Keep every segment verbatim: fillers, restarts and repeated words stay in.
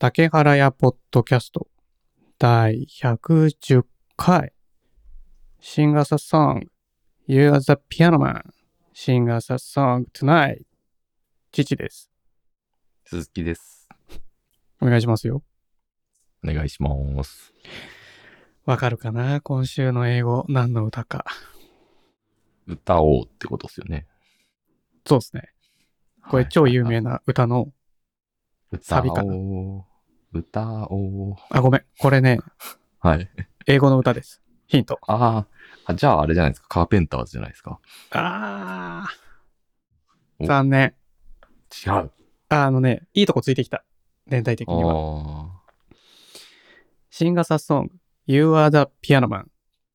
竹原屋ポッドキャストだいひゃくじゅっかい Sing us a song You are the piano man Sing us a song tonight 父です。 鈴木です。 お願いしますよ。 お願いします。 わかるかな、今週の英語何の歌か。 歌おうってことですよね。 そうですね。これ超有名な歌のサビかな。 歌おう。 あ、ごめん。これね、 はい。 英語の歌です。ヒント。 ああ、じゃああれじゃないですか。カーペンターズじゃないですか。 あー。 お残念。 違う。 あのね、いいとこついてきた。年代的には。Sing us a song You are the piano man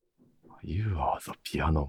You are the piano man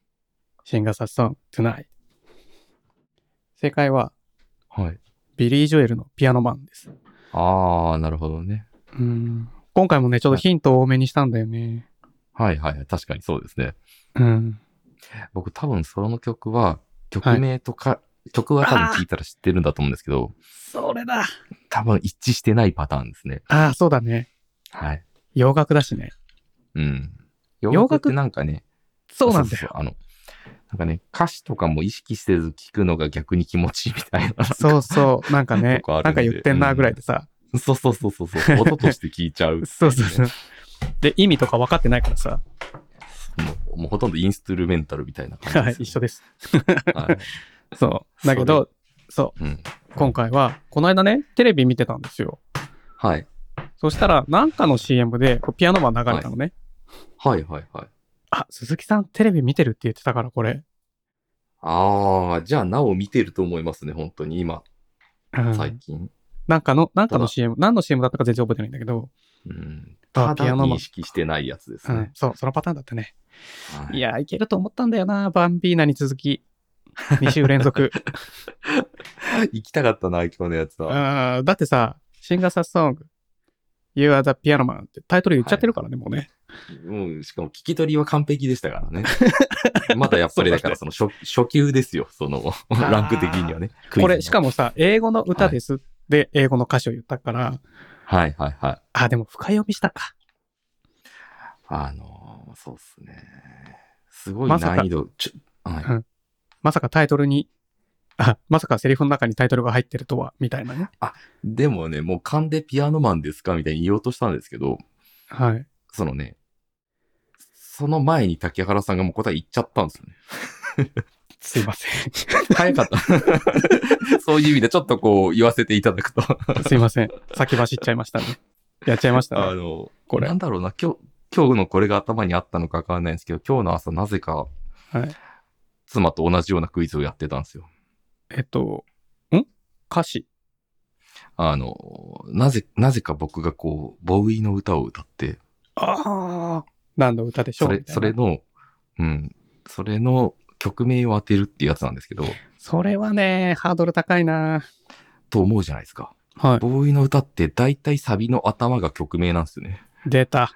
Sing us a song tonight 正解は、 はい。 ビリー・ジョエルのピアノマンです。 ああ、なるほどね。 うーん。今回もね、ちょっとヒントを多めにしたんだよね。 はいはいはい。確かにそうですね。 うん。 僕多分その曲は、曲名とか、はい、曲は多分聞いたら知ってるんだと思うんですけど。 それだ。 多分一致してないパターンですね。 ああ、そうだね。 はい。 洋楽だしね。 うん。洋楽ってなんかね。 そうなんだよ。 そうそうそうあの、なんかね、歌詞とかも意識せず聞くのが逆に気持ちいいみたいな。 そうそう。なんかね、なんか言ってんなぐらいでさ。 うん、そうそうそうそうそう。音として聞いちゃう、ね。 そうそうそう。で、意味とか分かってないからさ。 もう、もうほとんどインストゥルメンタルみたいな感じです、ね。 はい、一緒です。 はい、 そう。だけど、そう、 うん。 今回は、この間ね、テレビ見てたんですよ。 はい。 そしたら、なんかの シーエム でピアノマン流れたのね。 はい、はい、はいはい。 あ、鈴木さんテレビ見てるって言ってたから、これ。 ああ、じゃあなお見てると思いますね、本当に今。 うん、 最近。 なんかの、なんかの シーエム、何の シーエム だったか全然覚えてないんだけど。 うん。ただ認識してないやつですね。 うん、そう、そのパターンだったね。 はい、 いや、いけると思ったんだよな、バンビーナに続き。に週連続。 行きたかったな、今日のやつは。 あだってさ、シンガーサソング、You are the piano man ってタイトル言っちゃってるからね、はい、もうね。 もう、しかも聞き取りは完璧でしたからね。まだやっぱりだからその 初, 初級ですよ、そのランク的にはね。 これ、しかもさ、英語の歌です、で、英語の歌詞を言ったから。 はいはいはい。 あ、でも深読みしたか。 あのー、そうっすね。すごい難易度、ちょ、はい、 うん。まさかタイトルに、あ、まさかセリフの中にタイトルが入ってるとは、みたいなね。 あ、でもね、もう勘でピアノマンですかみたいに言おうとしたんですけど、 はい。 そのね、その前に竹原さんがもう答え言っちゃったんですよね。 すいません。 早かった。そういう意味でちょっとこう言わせていただくと。 すいません。先走っちゃいましたね。やっちゃいましたね。 あの、 これ。 なんだろうな、今日、今日のこれが頭にあったのかわかんないんですけど、今日の朝なぜか、 はい。 妻と同じようなクイズをやってたんですよ。 えっと、ん歌詞あの、なぜ、なぜか僕がこう、ボウイの歌を歌って、 ああ、何の歌でしょうそれ、それの、うん、それの曲名を当てるっていうやつなんですけど。 それはね、ハードル高いなと思うじゃないですか。 はい。 ボウイの歌って大体サビの頭が曲名なんですよね。 出た。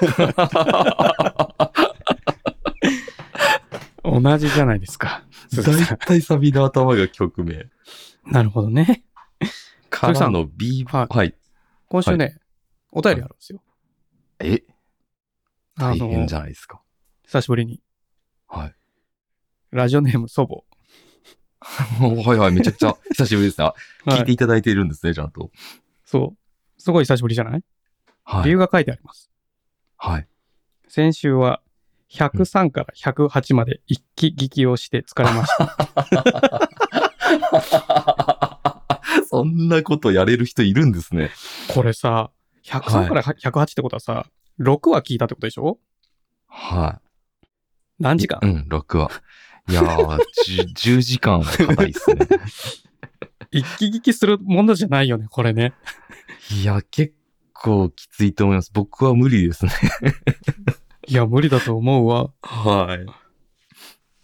同じじゃないですか。 大体サビの頭が曲名。 なるほどね。 からの B、 はい。 はい、 今週ね、はい、お便りあるんですよ。 え大変じゃないですか。 久しぶりに。 はい。 ラジオネーム祖母。 はいはい、めちゃくちゃ久しぶりですね。はい、聞いていただいているんですね、ちゃんと。 そう。すごい久しぶりじゃない？ はい。 理由が書いてあります。 はい。 先週はひゃくさんからひゃくはちまで一気聞きをして疲れました。 そんなことやれる人いるんですね。これさ、ひゃくさんからひゃくはちってことはさ、はい、ろくわ聞いたってことでしょ？ はい。 何時間？ うん、ろくわ。いやー、じゅうじかんは硬いっすね。 一気聞きするものじゃないよね、これね。 いや、結構きついと思います。僕は無理ですね。 いや、無理だと思うわ。 はい。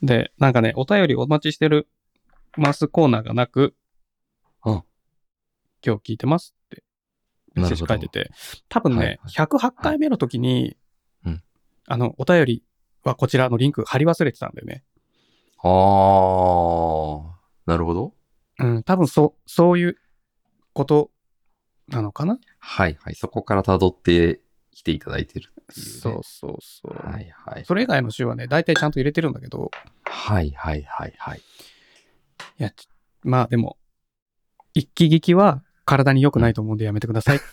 で、なんかね、お便りお待ちしてるますコーナーがなく、 うん、 今日聞いてますってメッセージ書いてて、多分ね、はいはい、ひゃくはちかいめの時に、はい、あの、お便りはこちらのリンク貼り忘れてたんだよね。 あー、なるほど。 うん、多分そ、そういうことなのかな。 はいはい。そこから辿ってきていただいてるっていう、ね。 そうそうそう。 はいはい。 それ以外の週はね、大体ちゃんと入れてるんだけど。 はいはいはいはい。 いや、まあでも、一気聞きは体に良くないと思うんでやめてください。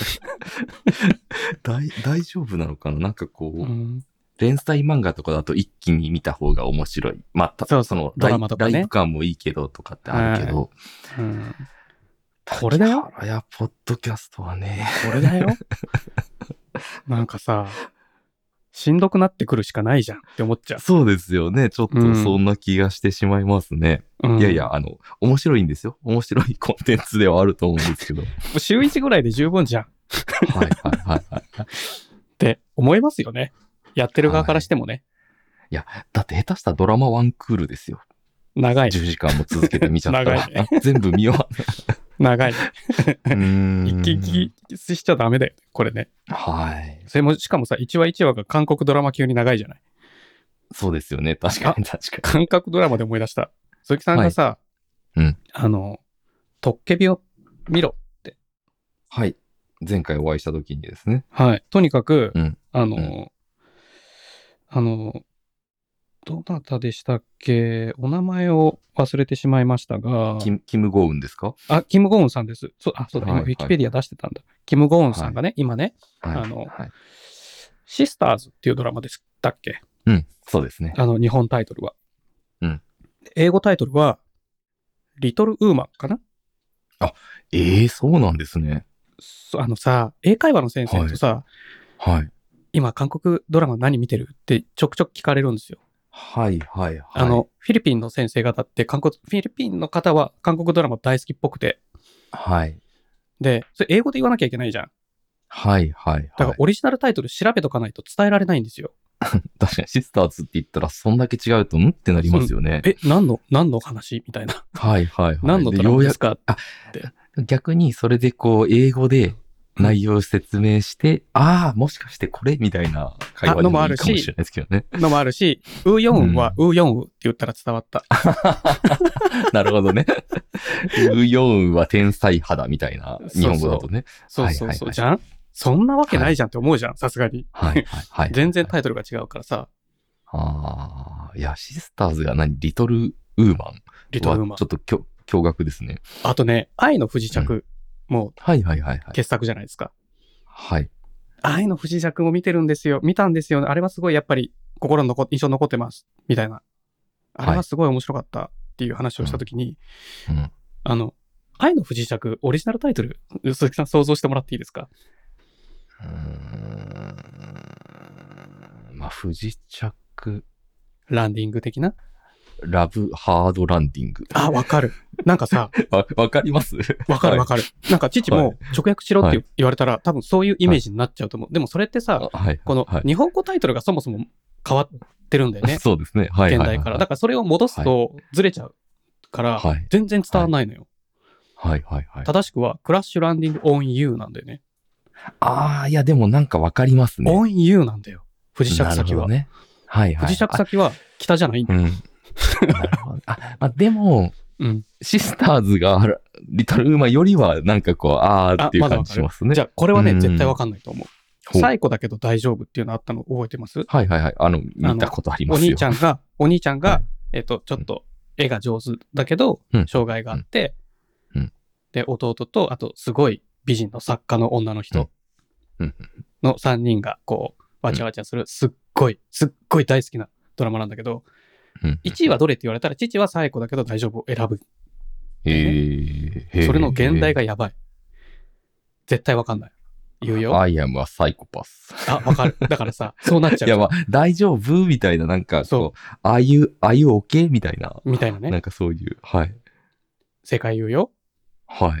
大大丈夫なのかな。なんかこう、 うん、 連載漫画とかだと一気に見た方が面白い。まあ、たそうそうそのドラマとかねライブ感もいいけどとかってあるけど。 うん、これだよ。 いや、ポッドキャストはね。 これだよ。なんかさ、しんどくなってくるしかないじゃんって思っちゃう。 そうですよね。ちょっとそんな気がしてしまいますね。うん、いやいや、あの、面白いんですよ。面白いコンテンツではあると思うんですけど。もう週いちぐらいで十分じゃん。 はいはいはいはい。 って思いますよね。やってる側からしてもね。 はい、いや、だって下手したドラマワンクールですよ。 長い、ね。 じゅうじかんも続けて見ちゃったら。 長いね。 全部見終わ長い、ね。 うーん。 一気聞きしちゃダメだよ。これね。 はい。 それも、しかもさ、いちわいちわが韓国ドラマ級に長いじゃない。 そうですよね。確かに確かに。 韓国ドラマで思い出した。鈴木さんがさ、 はい、うん。 あの、トッケビを見ろって。 はい。前回お会いした時にですね。 はい。とにかく、 うん、 あの、 うん、 あの、どなたでしたっけ、お名前を忘れてしまいましたが。 キム、キムゴーンですか？ あ、キム・ゴーンさんです。そあ、そうだ、 はい、 今、ウィキペディア出してたんだ。はい、キム・ゴーンさんがね、はい、今ね、 はい、 あの、 はい、 シスターズっていうドラマでしたっけ？ うん、そうですね。 あの、日本タイトルは。 うん。 英語タイトルは、リトル・ウーマンかな？ あ、ええー、そうなんですね。 あのさ、英会話の先生とさ、 はい。はい、 今、韓国ドラマ何見てるってちょくちょく聞かれるんですよ。 はいはいはい。 あの、フィリピンの先生方って、韓国、フィリピンの方は韓国ドラマ大好きっぽくて。 はい。 で、それ英語で言わなきゃいけないじゃん。 はいはいはい。 だからオリジナルタイトル調べとかないと伝えられないんですよ。 確かにシスターズって言ったらそんだけ違うとんってなりますよね。 え、何の、何の話みたいな。 はいはいはい。 何のドラマですかあ、逆にそれでこう英語で内容を説明して、うん、ああ、もしかしてこれみたいな会話でもいいかもしれないですけどね。 のもあるし、ウーヨンウはウーヨンウって言ったら伝わった。 なるほどね。ウーヨンウは天才肌みたいな日本語だとね。 そうそうそう。はいはいはい、じゃんそんなわけないじゃんって思うじゃん、さすがに。 はいはいはい。 全然タイトルが違うからさ。 ああ、いや、シスターズが何リトルウーマン。 リトルウーマン。 ちょっときょ驚愕ですね。 あとね、愛の不時着も、うん、 はいはいはいはい。 傑作じゃないですか。 はい。 愛の不時着も見てるんですよ。見たんですよ。あれはすごいやっぱり心の残印象残ってます。みたいな。あれはすごい面白かったっていう話をしたときに、 はい、うんうん、 あの、愛の不時着、オリジナルタイトル、鈴木さん想像してもらっていいですか？ うーん。まあ、不時着。 ランディング的なラブハードランディング。 あ、わかる。なんかさ。 わ、わかりますわかるわかる。はい、なんか父も直訳しろって言われたら、はい、多分そういうイメージになっちゃうと思う。はい、でもそれってさ、はい、この日本語タイトルがそもそも変わってるんだよね。 そうですね。はい。 現代から。だからそれを戻すとずれちゃうから、はい、全然伝わんないのよ。 はいはいはい。 正しくはクラッシュランディングオンユーなんだよね。 ああ、いやでもなんかわかりますね。 オンユーなんだよ。不時着先は。 ね。はいはい。 不時着先は北じゃないんだよ。うん、 なるほど。あ、まあ、でも、 うん、 シスターズがリトルウーマンよりはなんかこう、あーっていう感じしますね。 ま、じゃあこれはね、絶対わかんないと思う。最古だけど大丈夫っていうのあったの覚えてます？ はいはいはい。あの、見たことありますよ。 お兄ちゃんが、お兄ちゃんが、はい、えっと、ちょっと絵が上手だけど、うん、障害があって、うん、で、弟と、あとすごい美人の作家の女の人のさんにんがこう、わちゃわちゃする、すっごい、すっごい大好きなドラマなんだけど、いちいはどれって言われたら、父は最古だけど大丈夫を選ぶ。 へえ。 それの現代がやばい。絶対わかんない。言うよ。 I am a psychopath。 あ、わかる。だからさ、そうなっちゃう。 いや、まあ、大丈夫みたいな、なんか、そう。Are you, are you okay? みたいな。 みたいなね。 なんかそういう。はい。 正解言うよ。 はい。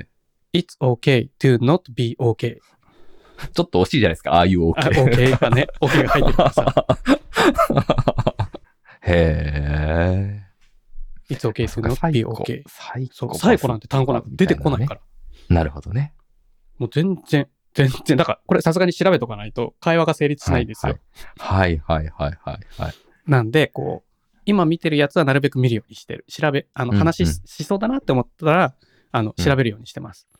It's okay to not be okay。 ちょっと惜しいじゃないですか。Are you okay? あ、OK がね。OK が入ってるからさ。 へー。It's okay to not be okay。 最高。最高なんて単語なんか出てこないから。 なるほどね。 もう全然、全然。だから、これさすがに調べとかないと会話が成立しないんですよ。 はいはいはいはいはい。 なんで、こう、今見てるやつはなるべく見るようにしてる。調べ、あの、話しそうだなって思ったら、あの、調べるようにしてます。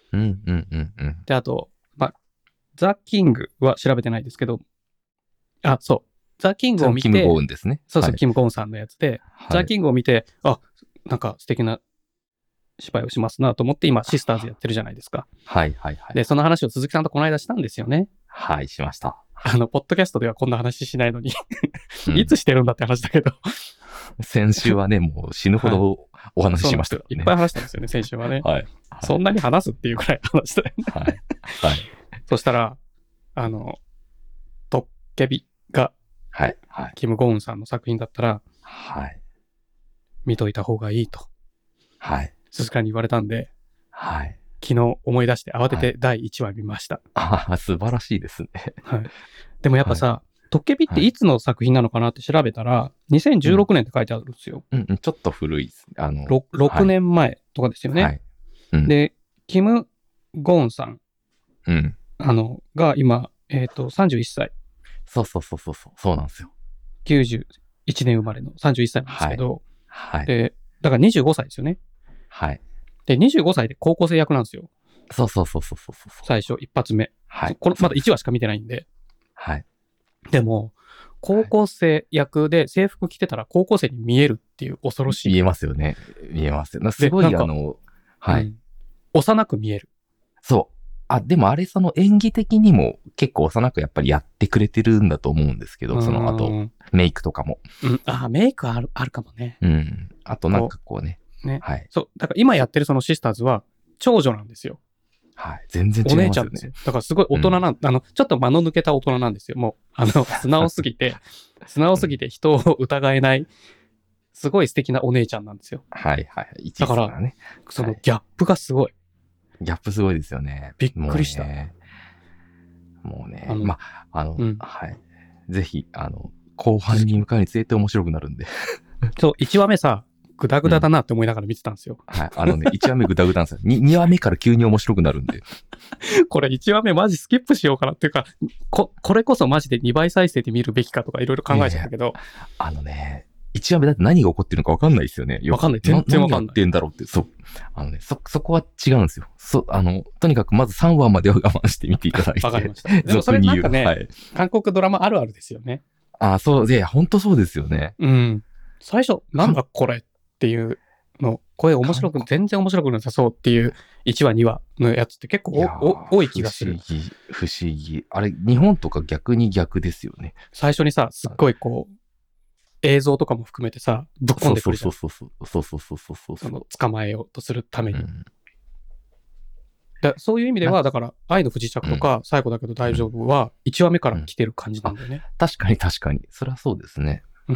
うんうんうんうん。 で、あと、まあ、ザ・キングは調べてないですけど、あ、そう。ザ・キングを見て、 キム・ゴーンですね。 そうそう、 はい、 キム・ゴーンさんのやつで、 はい、 ザ・キングを見て、あ、なんか素敵な芝居をしますなと思って、今、シスターズやってるじゃないですか。 はいはいはい。 で、その話を鈴木さんとこの間したんですよね。 はい、しました。 あの、ポッドキャストではこんな話しないのにうん、 いつしてるんだって話だけど先週はね、もう死ぬほどお話ししましたからね。 いっぱい話したんですよね、先週はね。 はい。はい、 そんなに話すっていうくらい話したよね。 はい。はい。 そしたら、あの、トッケビが、 はい。はい。 キム・ゴーンさんの作品だったら、 はい。 見といた方がいいと。 はい。 鈴鹿に言われたんで、 はい。 昨日思い出して慌ててだいいちわ見ました。 ああ、素晴らしいですね。 はい。でもやっぱさ、 はトッケビっていつの作品なのかなって調べたら、にせんじゅうろくねんって書いてあるんですよ。 うん、うん、ちょっと古いです。あの、 ろくねんまえとかですよね。 はい。うん、 で、キム・ゴーンさん、 うん。 あの、が今、えっと、さんじゅういっさい。 そうそうそうそう、そうなんですよ。 きゅうじゅういちねん生まれのさんじゅういっさいなんですけど、 はい。 で、だからにじゅうごさいですよね。 はい。 で、にじゅうごさいで高校生役なんですよ。 そうそうそうそうそうそう。 最初、一発目。 はい。 これまだいちわしか見てないんで。 はい。 でも、高校生役で制服着てたら高校生に見えるっていう恐ろしい。 見えますよね。見えますよ。すごい、あの、はい、うん。 幼く見える。 そう。あ、でもあれ、その演技的にも結構幼くやっぱりやってくれてるんだと思うんですけど、その後、メイクとかも。 うん、あ、メイクある、あるかもね。 うん。あとなんかこうね。 ね。 はい。 そう。だから今やってるそのシスターズは長女なんですよ。 はい。全然違いますよね。お姉ちゃんですよ。だからすごい大人なん、うん、あの、ちょっと間の抜けた大人なんですよ。もう、あの、素直すぎて、素直すぎて人を疑えない、すごい素敵なお姉ちゃんなんですよ。 はいはい。 だから、ね、そのギャップがすごい。 ギャップすごいですよね。 びっくりした。 もうね、うねまあ、あの、うん、はい。ぜひ、あの、後半に向かうにつれて面白くなるんで。 そう、いちわめさ、グダグダだなって思いながら見てたんですよ。 うん、はい。あのね、いちわめグダグダなんですよ。に, にわめから急に面白くなるんで。 これいちわめマジスキップしようかなっていうか、こ、これこそマジでにばい再生で見るべきかとかいろいろ考えちゃったけど。いやいやあのね、いちわめだって何が起こってるのか分かんないですよね。 分かんない。全然分かんない。 何やってんだろうって。そう。あのね、そ、そこは違うんですよ。そ、あの、とにかくまずさんわまでは我慢して見ていただいて。 分かりました。でもそれなんかね、はい、韓国ドラマあるあるですよね。 ああ、そうで、本当そうですよね。 うん。最初、なんだこれっていうの、これ面白く、全然面白くなさそうっていういちわにわのやつって結構おお多い気がする。 不思議、不思議。あれ、日本とか逆に逆ですよね。 最初にさ、すっごいこう、映像とかも含めてさ、ぶっ込んでくるじゃん。 そうそうそうそうそうそうそうそうその捕まえようとするために。 うん、 だそういう意味では、だから、愛の不時着とか、最後だけど大丈夫は、いちわめから来てる感じなんだよね。うんうん、確かに確かに。それはそうですね。 うん。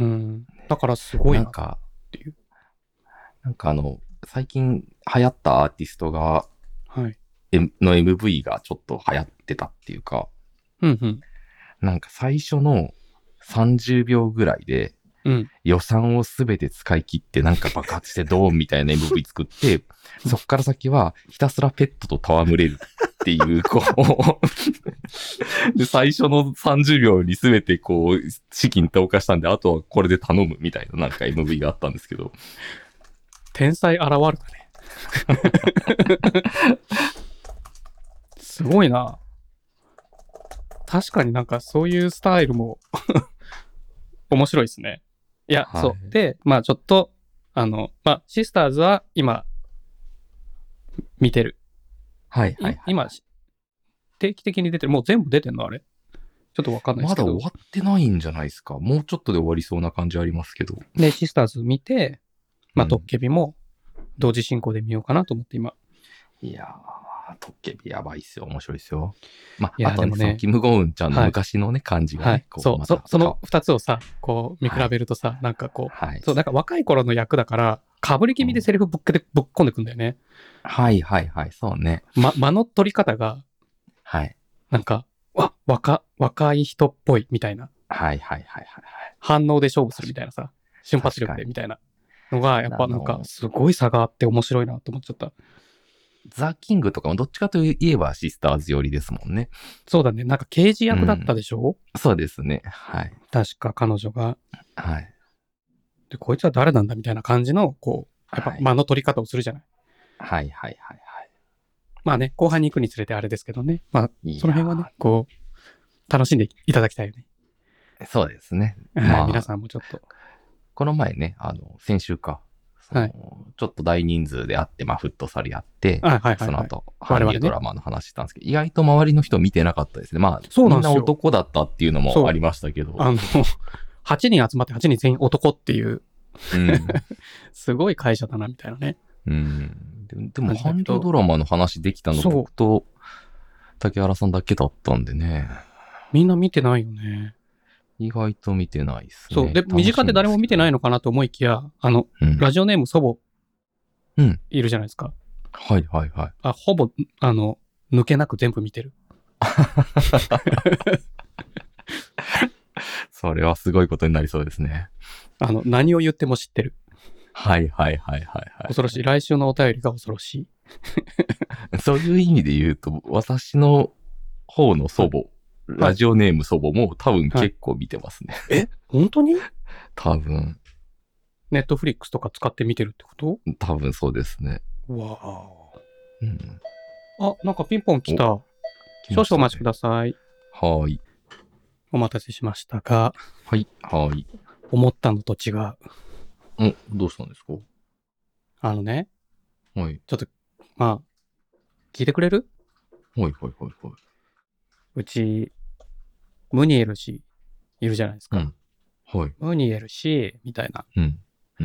だからすごいな。 なんか、っていう。なんかあの、最近流行ったアーティストが、 はい。 の エムブイ がちょっと流行ってたっていうか、 うんうん。 なんか最初のさんじゅうびょうぐらいで、 うん、 予算をすべて使い切ってなんか爆発してドーンみたいな エムブイ 作って、そっから先はひたすらペットと戯れるっていう、こうで、最初のさんじゅうびょうにすべてこう、資金投下したんで、あとはこれで頼むみたいななんか エムブイ があったんですけど。 天才現るだね。すごいな。確かになんかそういうスタイルも面白いですね。いや、はい、そう。で、まあちょっと、あの、まあシスターズは今、見てる。 はいはい、はい。 今、定期的に出てる。もう全部出てんのあれちょっとわかんないですけど。 まだ終わってないんじゃないですか。もうちょっとで終わりそうな感じありますけど。 で、シスターズ見て、まあ、トッケビも同時進行で見ようかなと思って今。 いやー、トッケビやばいっすよ。面白いっすよ。まあ、 いやあとね、 でもねそのキム・ゴーンちゃんの昔のね、はい、感じがね、 はい、 こうそう、 ま、 そ、その二つをさ、こう見比べるとさ、はい、なんかこう、 はい、 そう、なんか若い頃の役だから、かぶり気味でセリフぶっけて、ぶっこんでくんだよね。 はいはいはい、そうね。 ま、間の取り方が、 はい。 なんか、わ、若、若い人っぽいみたいな。 はいはいはいはい。 反応で勝負するみたいなさ、瞬発力でみたいなのが、やっぱなんか、すごい差があって面白いなと思っちゃった。 ザ・キングとかもどっちかといえばシスターズ寄りですもんね。 そうだね。なんか刑事役だったでしょ、 うん、そうですね。はい。 確か彼女が。 はい。 で、こいつは誰なんだみたいな感じの、こう、やっぱ間の取り方をするじゃない。 はいはいはいはい。 まあね、後半に行くにつれてあれですけどね。まあ、 いやーその辺はね、こう、楽しんでいただきたいよね。 そうですね。 はい、 まあ、 皆さんもちょっと。 この前ね、あの、先週か。そのはいちょっと大人数で会って、まあ、フットサルやって、 はいはいはいはいその後、 我々ね韓流ドラマの話したんですけど、意外と周りの人見てなかったですね。まあ、 そうなんですよみんな男だったっていうのそうもありましたけど。 あの、はちにん集まってはちにん全員男っていう、 うん。 すごい会社だな、みたいなね。 うん。ででも、 感じだけど韓流ドラマの話できたのそう僕と竹原さんだけだったんでね。 みんな見てないよね。 意外と見てないですね。 そう。で、身近で誰も見てないの。 のかなと思いきや、あの、 うん。 ラジオネーム祖母うん。 いるじゃないですか。 はいはいはい。 あ、ほぼ、あの、抜けなく全部見てる。 それはすごいことになりそうですね。 あの、何を言っても知ってる。 はいはいはいはいはい。 恐ろしい。来週のお便りが恐ろしい。 そういう意味で言うと、私の方の祖母、ラジオネーム祖母も多分結構見てますね。 え本当に多分、 ネットフリックスとか使って見てるってこと多分そうですね。 わあ。 うん。 あ、なんかピンポン来た。少々お待ちください。 はーい。 お待たせしましたが、 はい、はーい。 思ったのと違う。 お、どうしたんですか？ あのね、 はい。 まあ、聞いてくれる？ はいはいはいはい。 うち、ムニエル氏いるじゃないですか。 うん。はい。 ムニエル氏、みたいな。 うん。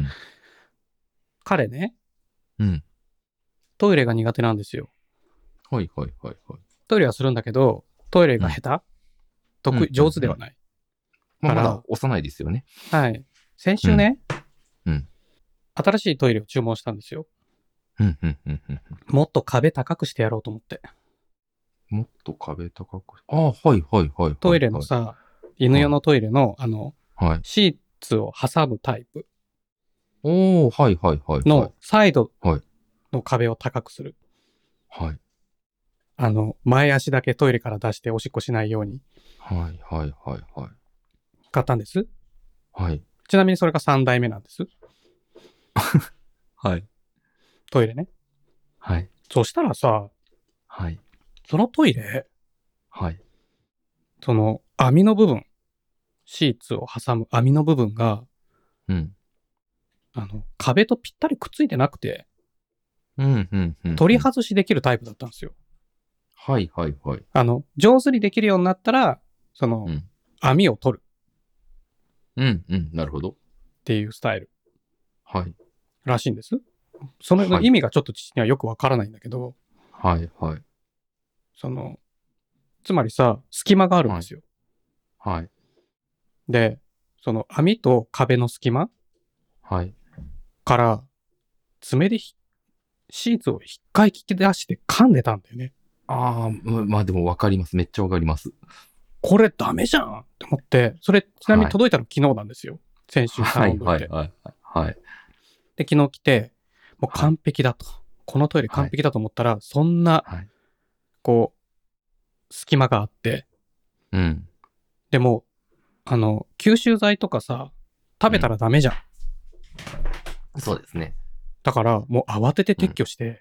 彼ね、 うん。 トイレが苦手なんですよ。 はいはいはいはい。 トイレはするんだけど、トイレが下手、得意、 うん上手ではない。 まあ、まあらだ幼いですよね。 はい。先週ね、 うんうん新しいトイレを注文したんですよ。 うんうんうんうん。 もっと壁高くしてやろうと思って。 もっと壁高く。ああ、はいはいはいはい。 トイレのさ、犬用のトイレの、あの、 はい。 シーツを挟むタイプおー、はいはいはい。 のサイドはいの壁を高くする。 はい。 あの、前足だけトイレから出しておしっこしないようにはいはいはいはい。 買ったんです。 はい。 ちなみにそれがさんだいめなんです。 はい。 トイレね。 はい。 そしたらさ、 はい。 そのトイレ、 はい。 その網の部分、シーツを挟む網の部分が、 うん。 あの、壁とぴったりくっついてなくて、 うんうんうん。 取り外しできるタイプだったんですよ。 はいはいはい。 あの、上手にできるようになったら、その、 うん。 網を取るうんうん。なるほど。 っていうスタイルはい。 らしいんです。そのはい意味がちょっと父にはよくわからないんだけど、 はいはい。 その、つまりさ、隙間があるんですよ。 はい。 で、その網と壁の隙間はい。 から、爪でひシーツをひっかい引き出して噛んでたんだよね。 ああ、ままあでもわかります。めっちゃわかります。 これダメじゃんって思って、それちなみに届いたの昨日なんですよ。先週はい頼んどいて。 はいはい。はい。 で、昨日来て、もう完璧だと。このトイレ完璧だと思ったら、そんな、 はい。 こう、隙間があって、 うん。 でも、あの、吸収剤とかさ、食べたらダメじゃん。 そうですね。 だから、もう慌てて撤去して、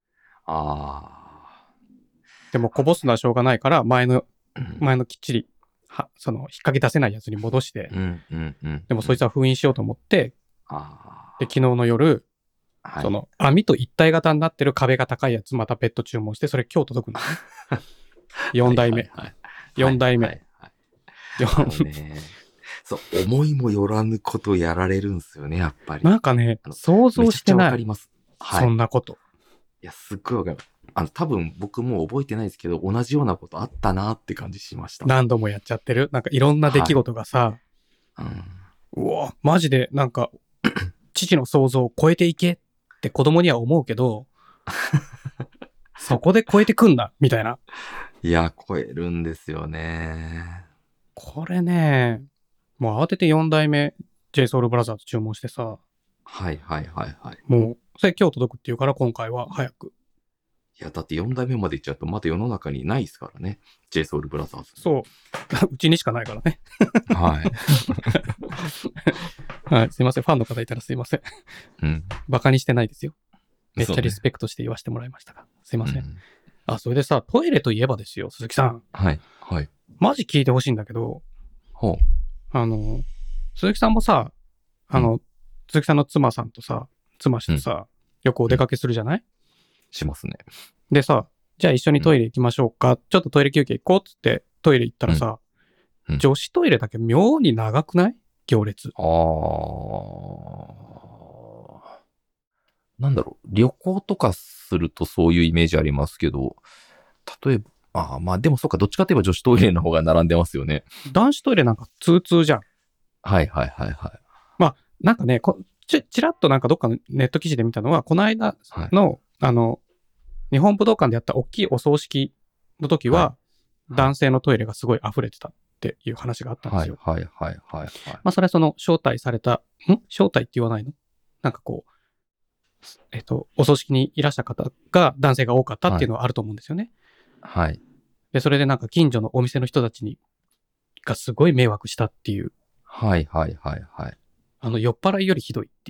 あでもこぼすのはしょうがないから、前の、 あ。うん前のきっちり、は、その、引っ掛け出せないやつに戻して、 うんうんうん。 でもそいつは封印しようと思って、 あで、昨日の夜、 あ。はい。 その、網と一体型になってる壁が高いやつ、また別途注文して、それ今日届くのね。よんだいめ。 はいはいはい。 よんだいめ。 はいはいはいよんあのね、そう、思いもよらぬことやられるんですよね、やっぱり。 なんかねあ、の想像してめちゃくちゃわない。 かります。はい。 そんなこと。 いや、すっごいわかる。あの、多分僕もう覚えてないですけど、同じようなことあったなって感じしました。 何度もやっちゃってる。なんかいろんな出来事がさ、 うん。 うわ、マジでなんか、父の想像を超えていけって子供には思うけど、そこで超えてくんな、みたいな。 いや、超えるんですよね。 これね、もう慌ててよんだいめ ジェイソウルブラザーズ注文してさ、 はいはいはいはい。 もう、それ今日届くっていうから今回は早く。 いや、だってよんだいめまで行っちゃうと、まだ世の中にないですからね。ジェイソウルブラザーズ。 そう。うちにしかないからね。 はい。 はい。すいません。ファンの方いたらすいません。 うん。 バカにしてないですよ。めっちゃそうねリスペクトして言わせてもらいましたが。すいません。 うんあ、それでさ、トイレといえばですよ、鈴木さん。 はい。はい。 マジ聞いてほしいんだけど、 ほう。 あの、鈴木さんもさ、あの、 う鈴木さんの妻さんとさ、妻してさ、よくお出かけするじゃない、 しますね。 でさ、じゃあ一緒にトイレ行きましょうか。ちょっとトイレ休憩行こうっつってトイレ行ったらさ、 うんうん女子トイレだけ妙に長くない？行列。 あー。なんだろう。旅行とかするとそういうイメージありますけど、例えば、ああ、まあでもそうか、どっちかといえば女子トイレの方が並んでますよね。 男子トイレなんか通通じゃん。 はいはいはいはい。 まあ、なんかね、こち、ちらっとなんかどっかのネット記事で見たのは、この間の、あの、日本武道館でやった大きいお葬式の時は、 は男性のトイレがすごい溢れてたっていう話があったんですよ。 はいはいはいはいはい。 まあ、それはその招待された、ん招待って言わないの？なんかこう、えっと、お葬式にいらした方が男性が多かったっていうのはあると思うんですよね。 はい。 で、それでなんか近所のお店の人たちに、がすごい迷惑したっていう、 はいはいはいはい。 あの、酔っ払いよりひどいっていう、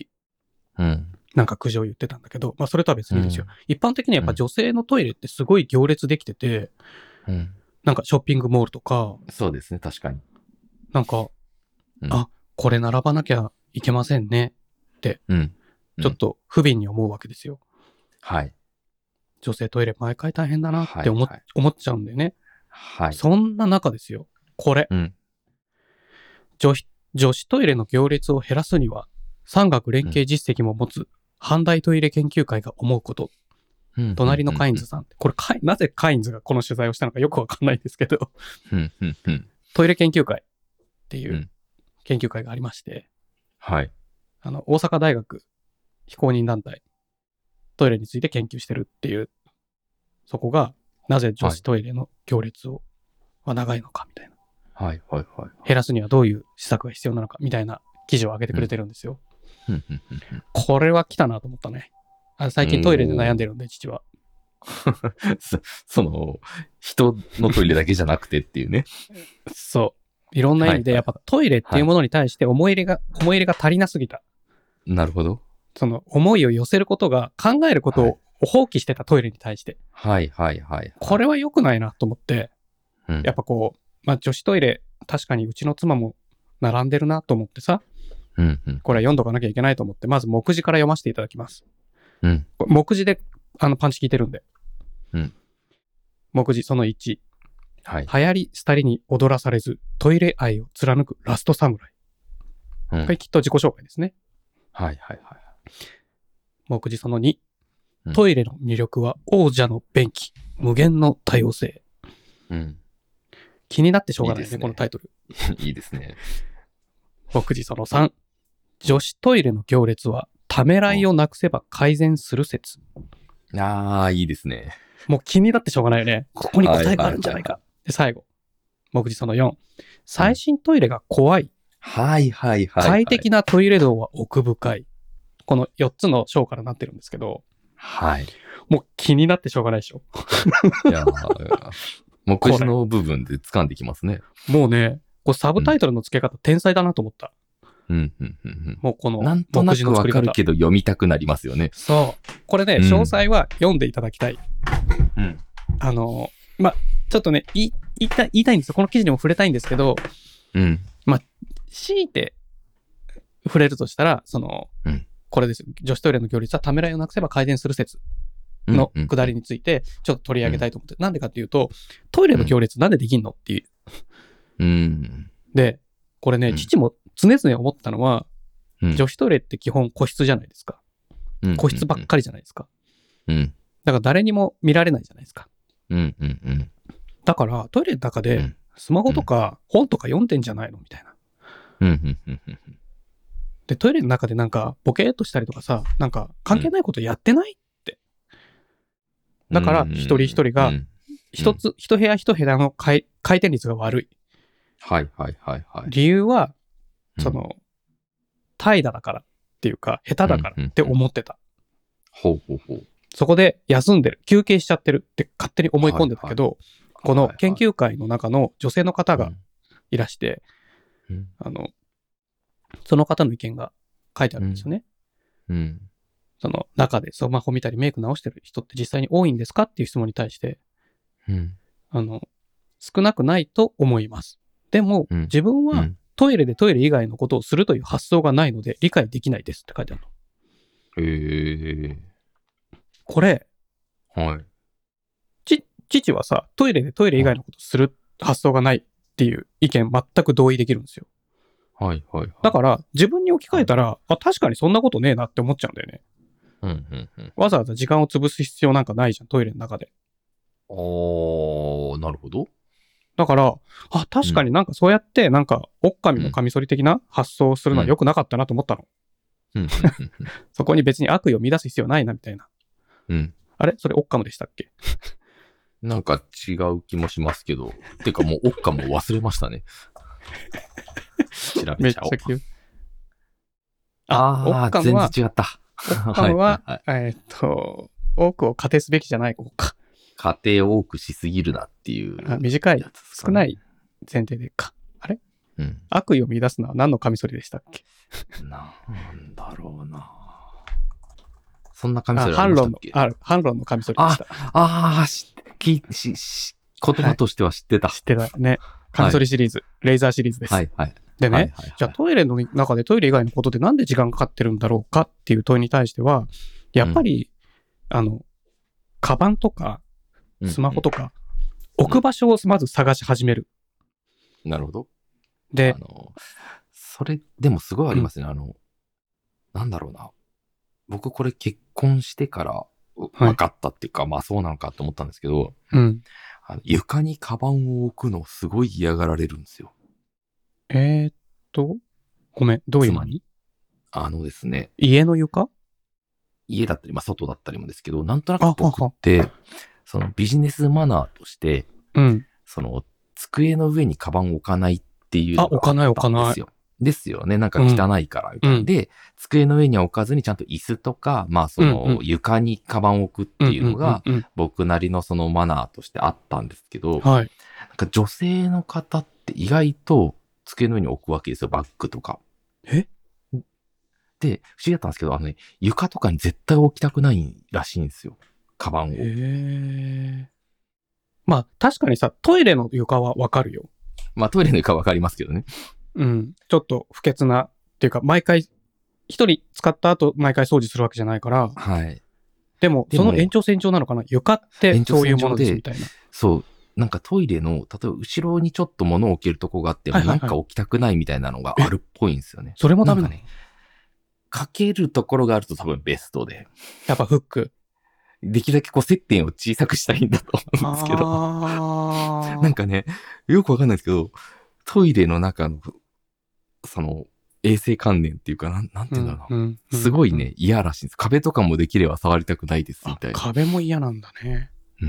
うん。 なんか苦情を言ってたんだけど、まあそれとは別にですよ。 うん一般的にはやっぱ女性のトイレってすごい行列できてて、 うん。 なんかショッピングモールとか、 そうですね、確かに。 なんか、 うんあ、これ並ばなきゃいけませんね。 うん。 ちょっと不憫に思うわけですよ。 はい。 女性トイレ毎回大変だなって思,、 はいはい思っちゃうんだよね。 はい。 そんな中ですよ。これ、 うん。 女子、女子トイレの行列を減らすには、産学連携実績も持つ、阪大トイレ研究会が思うこと。 うん隣のカインズさん。これカイ、なぜカインズがこの取材をしたのかよくわかんないんですけど、 うんうんうん。 トイレ研究会っていううん研究会がありまして、 はい。 あの、大阪大学非公認団体、トイレについて研究してるっていう、そこが、なぜ女子トイレの行列を、は長いのかみたいな。 はいはいはい。 減らすにはどういう施策が必要なのかみたいな記事を上げてくれてるんですよ。 うんうんうんうんこれは来たなと思ったね。あ最近トイレで悩んでるんで、父は。 そその、人のトイレだけじゃなくてっていうね。 そう。いろんな意味で、 はいやっぱトイレっていうものに対して思い入れが、思い入れが足りなすぎた。 なるほど。 その思いを寄せることが、考えることはいを放棄してたトイレに対して。 はいはいはいはい。 これは良くないなと思って、 うん、 やっぱこう、まあ女子トイレ、確かにうちの妻も並んでるなと思ってさ、 うんうん。 これは読んどかなきゃいけないと思って、まず目次から読ませていただきます。 うん。 これ目次で、あの、パンチ効いてるんで。 うん。 目次そのいち。 はい。 流行り廃りに踊らされず、トイレ愛を貫くラストサムライ。 うん、 これきっと自己紹介ですね。 はいはいはい。 目次そのにうん。 トイレの魅力は王者の便器、無限の多様性。 うん。 気になってしょうがないね、 いいですねこのタイトル。 いいですね。 目次そのさん女子トイレの行列はためらいをなくせば改善する説。 ああ、いいですね。 もう気になってしょうがないよね。ここに答えがあるんじゃないはいか。で、最後。目次そのよん最新トイレが怖い。 はいはいはい。 快適なトイレ道は奥深い。このよっつの章からなってるんですけど、 はい。 もう気になってしょうがないでしょ。 いやー目次の部分で掴んできますね。 もうね、こうサブタイトルの付け方、天才だなと思った。 うんうんうんうん。 もうこのなんとなくわかるけど読みたくなりますよね。 そう。これね、 うん詳細は読んでいただきたい。 うん。 あの、ま、ちょっとね、言い言いたい、言いたいんですよ。この記事にも触れたいんですけど、 うん。 強いて触れるとしたら、その、 うんこれですよ。女子トイレの行列はためらいをなくせば改善する説の下りについて、ちょっと取り上げたいと思って。なんでかっていうと、トイレの行列なんでできんのっていう。 うん。 で、これね、 うん父も常々思ったのは、 うん。 女子トイレって基本個室じゃないですか。個室ばっかりじゃないですか。 うん。 だから誰にも見られないじゃないですか。 うんうんうん。 だからトイレの中でうんスマホとか本とか読んでんじゃないのみたいな。 うんうんうんうん。 で、トイレの中でなんかボケーっとしたりとかさ、なんか関係ないことやってないって。だから一人一人がうん一つ、一部屋一部屋の回回転率が悪い。 はいはいはいはい。 理由は、 うんその、怠惰だからっていうか、下手だからって思ってた。 ほうほうほう。 そこで休んでる、休憩しちゃってるって勝手に思い込んでたけど、この研究会の中の女性の方がいらして、 うんあの、その方の意見が書いてあるんですよね。 うん。 その中でスマホ見たりメイク直してる人って実際に多いんですかっていう質問に対して、 うん。 あの、少なくないと思います。でも、 うん自分はうんトイレでトイレ以外のことをするという発想がないので理解できないですって書いてあるの。 へえ。 これ、 はい。 ち、父はさ、トイレでトイレ以外のことをする発想がないっていう意見全く同意できるんですよ。 はいはいはい。 だから、自分に置き換えたら、あ、確かにそんなことねえなって思っちゃうんだよね。 うんうんうん。 わざわざ時間を潰す必要なんかないじゃん、トイレの中で。 あー、なるほど。 だから、あ、確かになんかそうやって、なんか、オッカミのカミソリ的な発想をするのは良くなかったなと思ったの。 うんうんそこに別に悪意を乱す必要ないな、みたいな。 うん。うん。 あれそれオッカムでしたっけ？ なんか違う気もしますけど。てかもう、オッカも忘れましたね。調めべちゃおう。 っちゃ急。 あオッあ、全カムは、 然違った。 オッカムは、 はいはいはいえーっと、多くを仮定すべきじゃない方か。 家庭を多くしすぎるなっていうあ短いやつですかね少ない前提でか。あれうん。 悪意を乱すのは何のカミソリでしたっけ？ なんだろうな。そんなカミソあ、 リあり反論のましたっけ、 ある、反論のカミソリでした。 ああ、し、き、し、し、言葉としては知ってた。 知ってたね。カミソリシリーズ、レーザーシリーズです。 はいはい。 でね、 はいはいはいじゃあトイレの中でトイレ以外のことでなんで時間かかってるんだろうかっていう問いに対しては、やっぱり、うん、あの、カバンとか、スマホとか、うんうん、置く場所をまず探し始める。 なるほど。 で、 あの、それ、でもすごいありますね。うん、あの、なんだろうな。僕これ結婚してから分かったっていうか、はい、まあそうなのかと思ったんですけど、 うん、 あの床にカバンを置くのすごい嫌がられるんですよ。 えー、っと、ごめん、どういう意味？ あのですね。 家の床？ 家だったり、まあ外だったりもですけど、なんとなく僕って、そのビジネスマナーとして、 うん、 その机の上にカバンを置かないっていうのがあったんですよ。 あ、置かない置かない。 ですよね。なんか汚いからみたいな、うん。で、机の上には置かずにちゃんと椅子とか、まあその床にカバンを置くっていうのが、僕なりのそのマナーとしてあったんですけど、 はい、 なんか女性の方って意外と机の上に置くわけですよ。バッグとか。 え？ で、不思議だったんですけど、あのね、床とかに絶対置きたくないらしいんですよ。カバンを。へー。まあ確かにさ、トイレの床はわかるよ。 まあトイレの床はわかりますけどね。 うん。ちょっと不潔な、っていうか、毎回、一人使った後、毎回掃除するわけじゃないから。 はい。 でも、その延長線上なのかな？床ってそういうものですみたいな。 そう。なんかトイレの、例えば後ろにちょっと物を置けるとこがあっても、なんか置きたくないみたいなのがあるっぽいんですよね。 それもダメなの？ ね。かけるところがあると多分ベストで。 やっぱフック。 できるだけこう接点を小さくしたいんだと思うんですけど。なんかね、よくわかんないですけど、トイレの中の、その、衛生観念っていうか、なん、なんていうんだろうな。うんうんうん、すごいね、嫌らしいんです。壁とかもできれば触りたくないです、みたいな。 壁も嫌なんだね。 うん。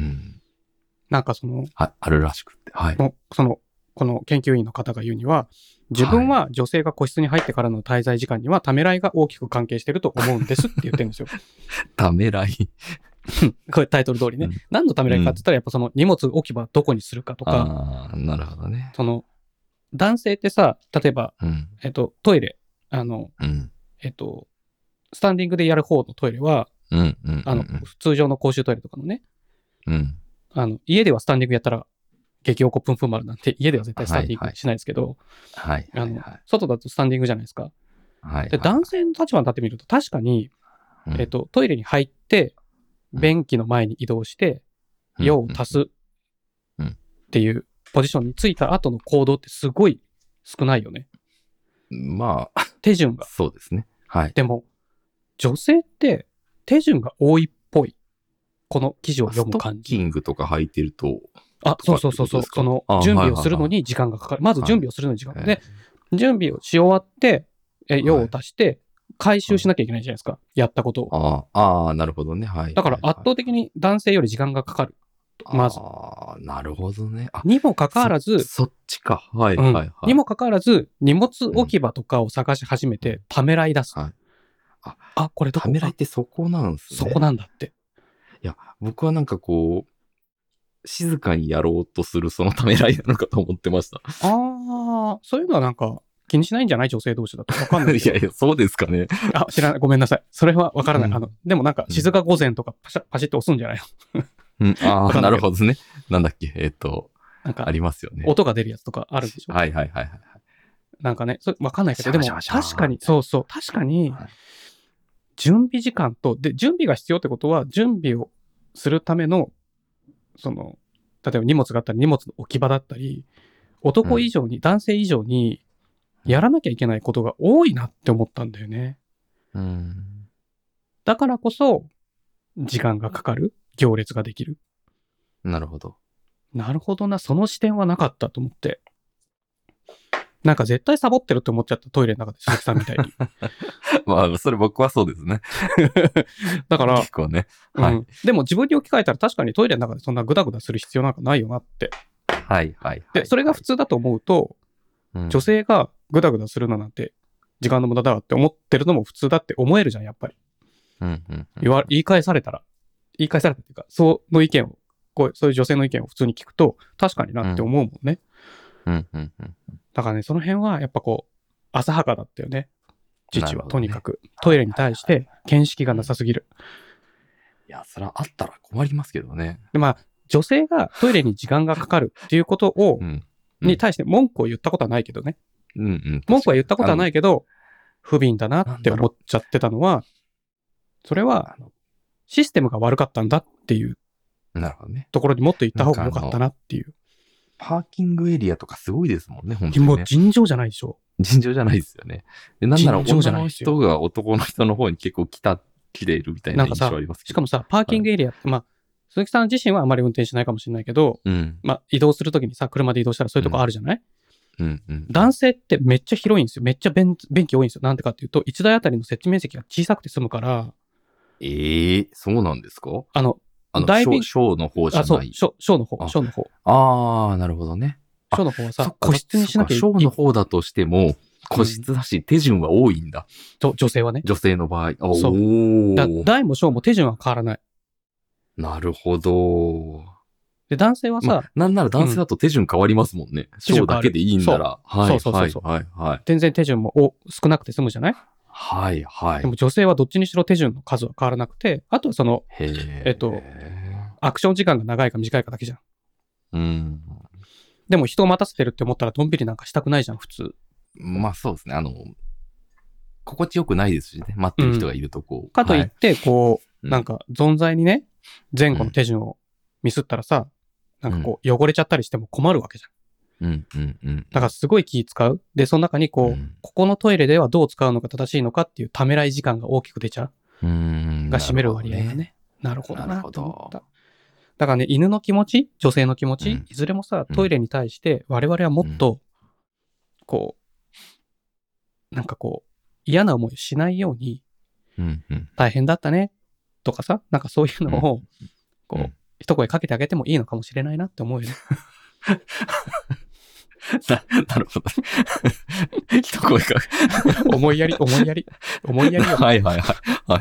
なんかその、 あ、あるらしくって。はい。 その、この研究員の方が言うには、自分は女性が個室に入ってからの滞在時間にはためらいが大きく関係してると思うんですって言ってるんですよ。 ためらいこれタイトル通りね。うん、何のためらいかって言ったら、やっぱその荷物置き場どこにするかとか。 ああ、なるほどね。 その、男性ってさ、例えば、 うん、 えっと、トイレ、あの、 うん、 えっと、スタンディングでやる方のトイレは、 うんうんうんうん、 あの、通常の公衆トイレとかのね、 うん、 あの、家ではスタンディングやったら、激おこプンプン丸なんて、家では絶対スタンディングしないですけど、 はいはい、 あの、外だとスタンディングじゃないですか。 はいはい、 で、男性の立場に立ってみると、確かに、うん、えっと、トイレに入って、便器の前に移動して、 うん、 用を足すっていうポジションについた後の行動ってすごい少ないよね。 まあ、 手順が。 そうですね。はい。 でも、女性って手順が多いっぽい。この記事を読む感じ。 ストッキングとか履いてると。 あ、そうそうそうそう。その準備をするのに時間がかかる。まず準備をするのに時間がかかる。で、準備をし終わって、え用を足して、回収しなきゃいけないじゃないですか。やったことを。 ああ、ああ、なるほどね。はい。 だから圧倒的に男性より時間がかかる。まず。 ああ、なるほどね。 にもかかわらず、 そ, そっちか。はい、はい、はい。 にもかかわらず、荷物置き場とかを探し始めて、ためらい出す。 はい。あ、 あ、これどこ？ ためらいってそこなんですね。 そこなんだって。 いや、僕はなんかこう、静かにやろうとするそのためらいなのかと思ってました。 ああ、そういうのはなんか気にしないんじゃない？女性同士だと。わかんない。 いやいや、そうですかね。 あ、知らない。ごめんなさい。それはわからない。うん、あの、でもなんか静か午前とかパシャ、パシッと押すんじゃないのうん、ああ、 わかんなけどないるほどね。なんだっけ、えっ、と、 なんかありますよね。 音が出るやつとかあるでしょ。 はいはいはいはい。 なんかね、それわかんないけど、でもシャワシャワシャワ確かに、そうそう、確かにはい、 準備時間と、で、準備が必要ってことは、準備をするための、その、例えば荷物があったり、荷物の置き場だったり、男以上に、男性以上に、やらなきゃいけないことが多いなって思ったんだよね。 うん。 だからこそ、時間がかかる、行列ができる。 なるほど。 なるほどな、その視点はなかったと思って。なんか絶対サボってるって思っちゃった、トイレの中で鈴木さんみたいに。 まあ、それ僕はそうですね。 だから、 結構ね。 うんはい。 でも自分に置き換えたら確かにトイレの中でそんなグダグダする必要なんかないよなって。 はいはいはい。 で、それが普通だと思うと、 うん女性がグダグダするのなんて時間の無駄だわって思ってるのも普通だって思えるじゃん、やっぱり。 うんうんうん言わ言い返されたら、言い返されたっていうか、その意見を、こうそういう女性の意見を普通に聞くと、確かになって思うもんね。 うんうんうんだからね、その辺はやっぱこう、浅はかだったよね。父は、 なるほどねとにかく。トイレに対して見識がなさすぎる。 いや、それはあったら困りますけどね。 で、まあ、女性がトイレに時間がかかるっていうことを、 うん。 に対して文句を言ったことはないけどね。 うんうん。。 文句は言ったことはないいけど、不憫だなって思っちゃってたのは、それはあのシステムが悪かったんだっていうなるほどね。 ところにもっと行った方が良かったなっていう。 パーキングエリアとかすごいですもんね、本当もうにね。 尋常じゃないでしょ。 尋常じゃないですよね。で、なんなら尋常じゃ女のないですよ人が男の人の方に結構来た、来ているみたいな印なんかさ象ありますけど。 しかもさ、パーキングエリアって、まあ、鈴木さん自身はあまり運転しないかもしれないけど、 うん。 まあ、移動するときにさ、車で移動したらそういうとこあるじゃない、 うんうん。 男性ってめっちゃ広いんですよ。めっちゃ便便器多いんですよ。なんでかっていうと、いちだいあたりの設置面積が小さくて済むから、 ええそうなんですかあの、 あの、 大便ショー、ショーの方じゃあ、そうな、い。 ショショーの方、 あショーの方。 ああ、なるほどね。 ショーの方はさ、 そっか個室にしなきゃいけない。 そっかショーの方だとしても、個室だし、手順は多いんだ。 と女性はね。 女性の場合。おそうーだ大も小も手順は変わらない。 なるほど。 で、男性はさ、 まあ、なんなら男性だと手順変わりますもんね。ショーだけでいいんなら。はい、 そうそうそうそうはい、はい、はい。 全然手順もお少なくて済むじゃない、 はい、はい。 でも女性はどっちにしろ手順の数は変わらなくて、あとはその、 へえ。 えっとアクション時間が長いか短いかだけじゃん。 うん。 でも人を待たせてるって思ったらドンビリなんかしたくないじゃん、普通。 まあそうですね。あの、心地よくないですしね。待ってる人がいるとこう。 かといって、こう、 うんなんか存在にね、前後の手順をミスったらさ、なんかこう、汚れちゃったりしても困るわけじゃん。 うん、うん、うんうん。 だからすごい気使う。で、その中にこう、 うんここのトイレではどう使うのが正しいのかっていうためらい時間が大きく出ちゃう。 うーん。 が占める割合がね。なるほどななるほどと思った。だからね、犬の気持ち、女性の気持ち、 うんいずれもさ、 うんトイレに対して我々はもっと、こう、なんかこう、嫌な思いをしないように、 うん、うん。 大変だったね、とかさ、なんかそういうのを、こう、 うん一声かけてあげてもいいのかもしれないなって思うよね。 な、なるほど。一声か。 思いやり、思いやり、思いやりよ。 はいはいはい。はい、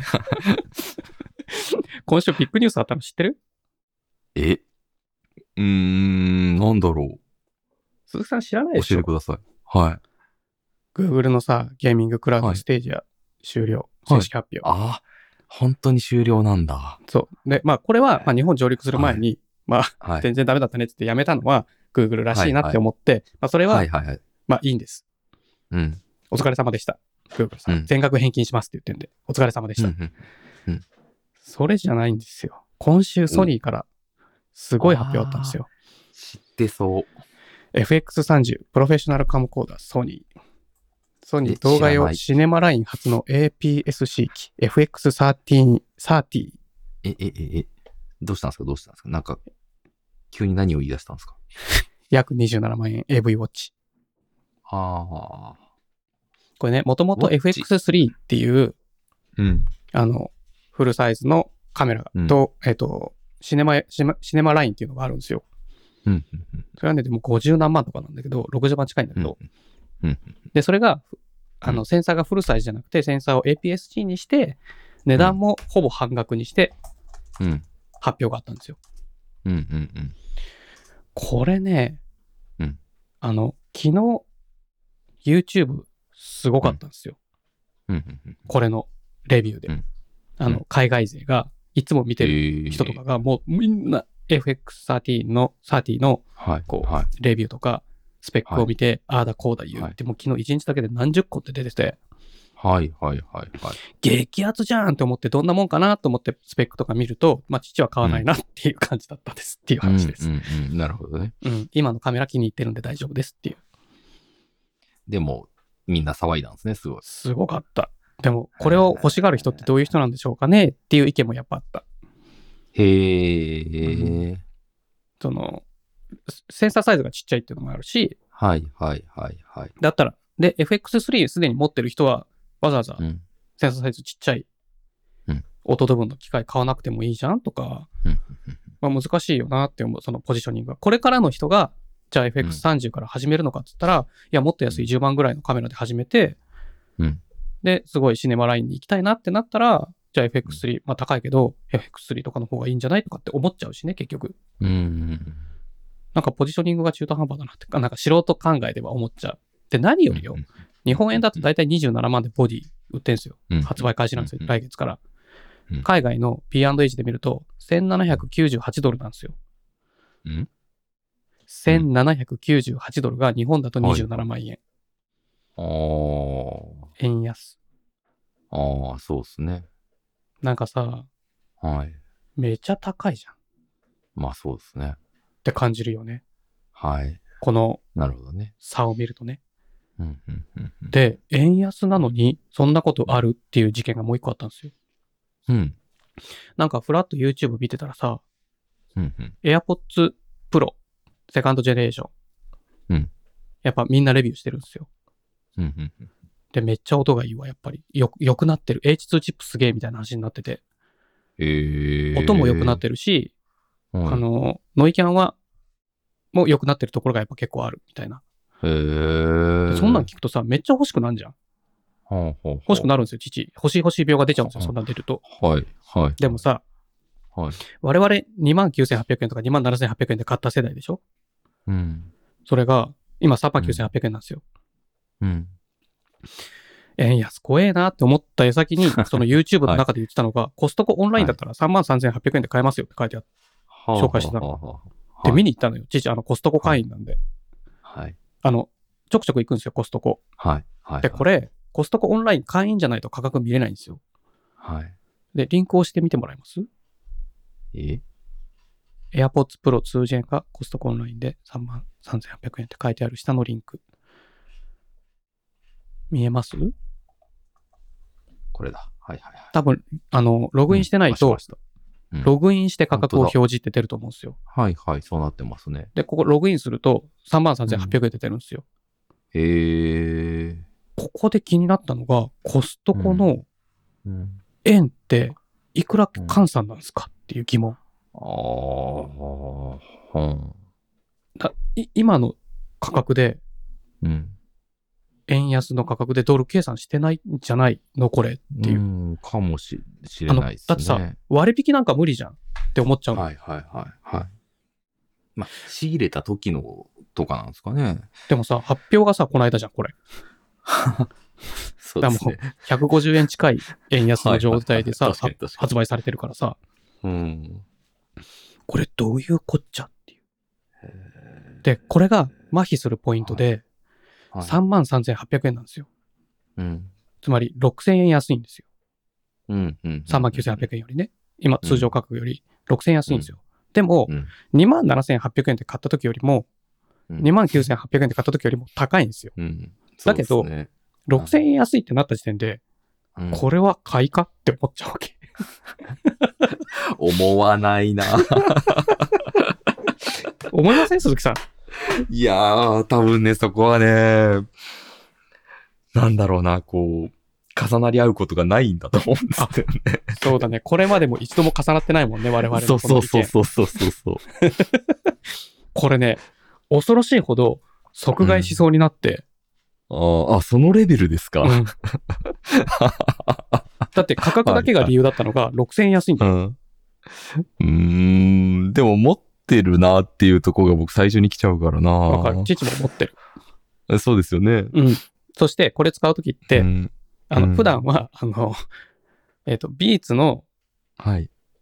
今週ビッグニュースあったの知ってる？ えうーん、なんだろう。 鈴木さん知らないでしょ教えてください。はい。 Google のさ、ゲーミングクラウドステージや終了、正式発表。 ああ、本当に終了なんだ。 そう。で、まあこれは、まあ日本上陸する前に、まあ、 はい。 全然ダメだったねって言ってやめたのは Google らしいなって思って、まあそれは、 はいはいはい。 まあいいんです。 うん。 お疲れ様でした。Google さん、 うん全額返金しますって言ってるんで、お疲れ様でした。 うんうんそれじゃないんですよ。今週ソニーからすごい発表あったんですよ。 知ってそう。 エフエックスサーティー プロフェッショナルカムコーダーソニー。ソニー動画用シネマライン初の エーピーエスシー 機 エフエックスサーティーン、サーティー。 え、え、え、え、どうしたんですかどうしたんですかなんか、急に何を言い出したんですか？ 約にじゅうななまんえん エーブイ ウォッチ。 ああ。 これね、もともと エフエックススリー っていう、 うん。 あの、フルサイズのカメラと、うん、えっと、シネマ、シネマ、シネマラインっていうのがあるんですよ。 うん。 それはね、でもごじゅうなんまんとかなんだけど、ろくじゅうまん近いんだけど、 うん。 で、それが、あの、センサーがフルサイズじゃなくて、センサーを エーピーエスシー にして、値段もほぼ半額にして、発表があったんですよ。 うんうんうん。 これね、 うん、 あの、昨日、YouTube すごかったんですよ。 うんうんうん、 これのレビューで。 うん、 あの、海外勢がいつも見てる人とかがもうみんな エフエックスサーティーン のさんじゅうのこう、 はい、 レビューとかスペックを見て、ああだこうだ言うって、もう昨日いちにちだけで何十個って出てて、 はいはいはいはい。 激アツじゃんって思って、どんなもんかなと思ってスペックとか見ると、まあ父は買わないなっていう感じだったですっていう話です。 うんうんうん、なるほどね。 うん、今のカメラ気に入ってるんで大丈夫ですっていう。 でもみんな騒いだんですね、すごい。 すごかった。でもこれを欲しがる人ってどういう人なんでしょうかねっていう意見もやっぱあった。 へー、うん、 そのセンサーサイズがちっちゃいっていうのもあるし、 はいはいはいはい。 だったらで エフエックススリー すでに持ってる人はわざわざセンサーサイズちっちゃい、うん、オートドブンの機械買わなくてもいいじゃんとか、うん、まあ、難しいよなって思う、そのポジショニングが。これからの人がじゃあ エフエックスサーティー から始めるのかって言ったら、うん、いやもっと安いじゅうまんぐらいのカメラで始めて、うん、ですごいシネマラインに行きたいなってなったら、じゃあ エフエックススリー、まあ高いけど エフエックススリー とかの方がいいんじゃないとかって思っちゃうしね、結局。うん、なんかポジショニングが中途半端だなってか、なんか素人考えでは思っちゃう。で、何よりよ、うん、日本円だと大体にじゅうななまんでボディ売ってんすよ。うん、発売開始なんですよ、うん、来月から。うん、海外の ピーアンドエイチ で見るとせんななひゃくきゅうじゅうはちドルなんですよ。うん、せんななひゃくきゅうじゅうはちドルが日本だとにじゅうななまんえん。 はい、 円安。 ああ、そうですね。 なんかさ、 はい。 めちゃ高いじゃん。 まあそうですね。 って感じるよね。 はい。 このなるほどね。 差を見るとね。 うんうんうんうん、 で、円安なのにそんなことあるっていう事件がもう一個あったんですよ。 うん。 なんかフラット YouTube 見てたらさ、 うんうん、 AirPods Pro セカンドジェネレーション。 うん。 やっぱみんなレビューしてるんですよ。 うんうんうん、 で、めっちゃ音がいいわ、やっぱり。よ、良くなってる。エイチツー チップすげえみたいな話になってて。 えー、 音も良くなってるし、はい、あの、ノイキャンは、もう良くなってるところがやっぱ結構あるみたいな。 へー。 そんなん聞くとさ、めっちゃ欲しくなるじゃん。 はあはあ、 欲しくなるんですよ、父。欲しい欲しい病が出ちゃうんですよ、そんなん出ると。 はい、はい。 でもさ、 はい、 我々にまんきゅうせんはっぴゃくえんとかにまんななせんはっぴゃくえんで買った世代でしょ。 うん。 それが、今さんまんきゅうせんはっぴゃくえんなんですよ。 うん。 円安怖えなって思った矢先に、その YouTube の中で言ってたのが、はい、コストコオンラインだったらさんまんさんぜんはっぴゃくえんで買えますよって書いてあって、はい、紹介してたの。はあはあはあ、で、見に行ったのよ。父、あの、コストコ会員なんで。 はい。あの、ちょくちょく行くんですよ、コストコ。 はい。はい。 で、これ、コストコオンライン会員じゃないと価格見れないんですよ。 はい。 で、リンクを押してみてもらえます？ え AirPods Pro ツージェンがコストコオンラインでさんまんさんぜんはっぴゃくえんって書いてある下のリンク。見えます？ これだ。はいはいはい。 多分、あの、ログインしてないと、うん、ログインして価格を表示って出ると思うんですよ。 はいはい、そうなってますね。 で、ここログインするとさんまんさんぜんはっぴゃくえんで出るんですよ。 うん、へー。 ここで気になったのが、コストコの円っていくら換算なんですかっていう疑問。 ああ、うん。 だい今の価格で、 うん、 円安の価格でドル計算してないんじゃないのこれっていう。 うんかもしれないですね。 だってさ、割引なんか無理じゃんって思っちゃうの。 はいはいはいはい。まあ、仕入れた時のとかなんですかね。 でもさ、発表がさ、この間じゃん、これ。 そうですね。 だからもうひゃくごじゅうえん近い円安の状態でさ、発売されてるからさ。 うん。これどういうこっちゃっていう。で、これが麻痺するポイントで、はいはい、さんまんさんぜんはっぴゃくえんなんですよ。うん。つまりろくせんえん安いんですよ。 うんうん、うん。 さんまんきゅうせんはっぴゃくえんよりね。今、通常価格よりろくせんえん安いんですよ。うん、でも、うん、にまんななせんはっぴゃくえんで買った時よりも、うん、にまんきゅうせんはっぴゃくえんで買った時よりも高いんですよ。うん、だけど、ね、ろくせんえん安いってなった時点で、うん、これは買いかって思っちゃうわけ。 思わないな。 思いません鈴木さん。 いやー、多分ね、そこはね、なんだろうな、こう、重なり合うことがないんだと思うんですよね。 そうだね。これまでも一度も重なってないもんね、我々の。 そうそうそうそうそうそうそう。 これね、恐ろしいほど即買いしそうになって。 うん、ああ、そのレベルですか。うん、 だって価格だけが理由だったのがろくせんえん安いんだよ。うん、 うーん、でも持ってるなっていうところが僕最初に来ちゃうからな。 わかる。父も持ってる。そうですよね。 うん。そしてこれ使うときって、うん、あの、普段は、あの、えっと、ビーツの、 はい。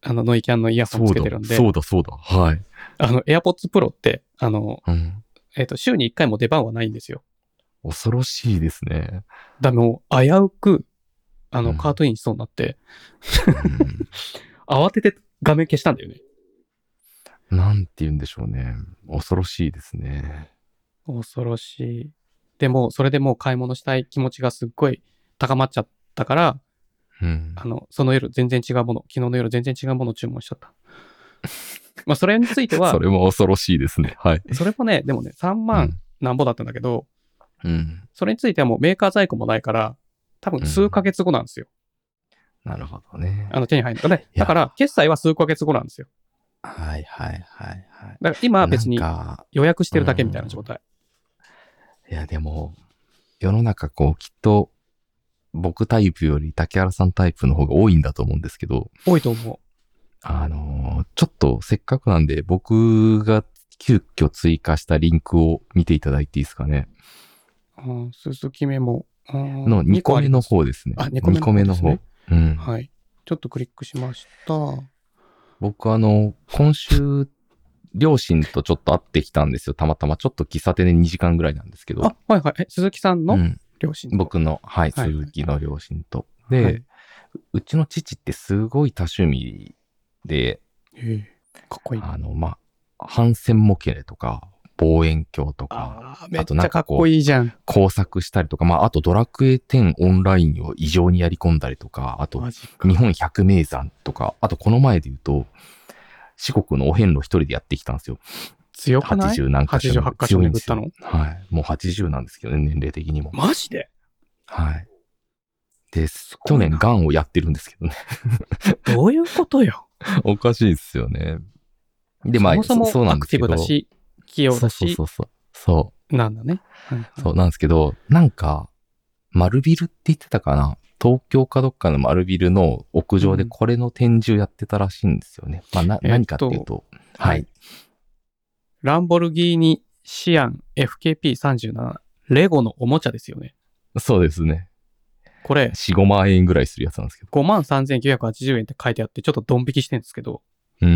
あの、ノイキャンのイヤホンつけてるんで、 そうだ、そうだ、そうだ。はい。 あの、AirPods Pro って、あの、 うん、 えっと、週にいっかいも出番はないんですよ。 恐ろしいですね。 だもう、危うく、あの、うん、カートインしそうになって、うん、慌てて画面消したんだよね。 なんて言うんでしょうね。恐ろしいですね。 恐ろしい。でも、それでもう買い物したい気持ちがすっごい高まっちゃったから、うん、あの、その夜全然違うもの、昨日の夜全然違うものを注文しちゃった。まあ、それについては、 それも恐ろしいですね。はい。 それもね、でもね、さんまんなんぼだったんだけど、うん、それについてはもうメーカー在庫もないから、多分数ヶ月後なんですよ。 うん、なるほどね。 あの、手に入るのね。だから、決済は数ヶ月後なんですよ。 はいはいはいはい。 だから今は別に予約してるだけみたいな状態。 うん、いや、でも、世の中こう、きっと、僕タイプより竹原さんタイプの方が多いんだと思うんですけど。 多いと思う。 あのー、ちょっとせっかくなんで、僕が急遽追加したリンクを見ていただいていいですかね。 あ鈴木メモ。 のにこめの方ですね。 あ、にこめの方ですね。 うん。 はい。ちょっとクリックしました。 僕あの、今週、両親とちょっと会ってきたんですよ。たまたま。ちょっと喫茶店でにじかんぐらいなんですけど。 あ、はいはい。え、鈴木さんの両親と、 うん、僕の、はい、 はい、 鈴木の両親と。で、はい、うちの父ってすごい多趣味で、 へかっこいい。 あの、まあ、反戦模型とか、望遠鏡とか、 あめっちゃかっこいいじゃん。 工作したりとか、まあ、あとドラクエテンオンラインを異常にやり込んだりとか、あと、日本百名山とか、あとこの前で言うと、四国のお遍路一人でやってきたんですよ。 強くない？ はちじゅう何か所。 はちじゅうはちか所巡ったの？ はい。もうはちじゅうなんですけどね、年齢的にも。 マジで？ はい。で、去年ガンをやってるんですけどね。 どういうことよ。 おかしいですよね。で、まあ、 そもそもそうなんですけど。 アクティブだし、器用だし。 そうそうそう。そう。 なんだね。はいはい、 そうなんですけど、なんか、丸ビルって言ってたかな？東京かどっかの丸ビルの屋上でこれの展示をやってたらしいんですよね。うん、まあ、な、何かっていうと、はい。 ランボルギーニシアン エフケーピーさんじゅうなな、レゴのおもちゃですよね。 そうですね。 これ、 よん、ごまん円ぐらいするやつなんですけど。 ごまんさんぜんきゅうひゃくはちじゅうえんって書いてあって、ちょっとドン引きしてるんですけど。 うん。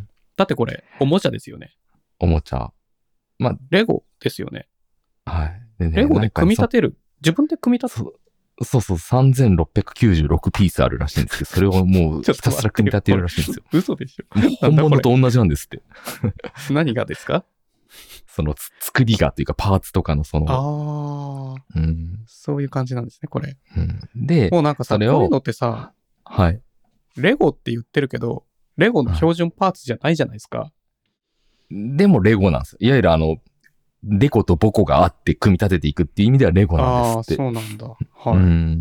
だってこれ、おもちゃですよね。 おもちゃ。まあ、 レゴですよね。 はい。でね、 レゴで組み立てる。自分で組み立てる。 そうそう、さんぜんろっぴゃくきゅうじゅうろくピースあるらしいんですけど、それをもうひたすら組み立てるらしいんですよ。 嘘でしょ。 本物と同じなんですって。 何がですか？ その作りがというかパーツとかのその。 ああ、うん。そういう感じなんですね、これ。 うん、で、 もうなんかさ、こういうのってさ、 はい。 レゴって言ってるけど、レゴの標準パーツじゃないじゃないですか。はい、 でもレゴなんですよ。いわゆるあの、デコとボコがあって組み立てていくっていう意味ではレゴなんですって。 ああ、そうなんだ。はい。 うん、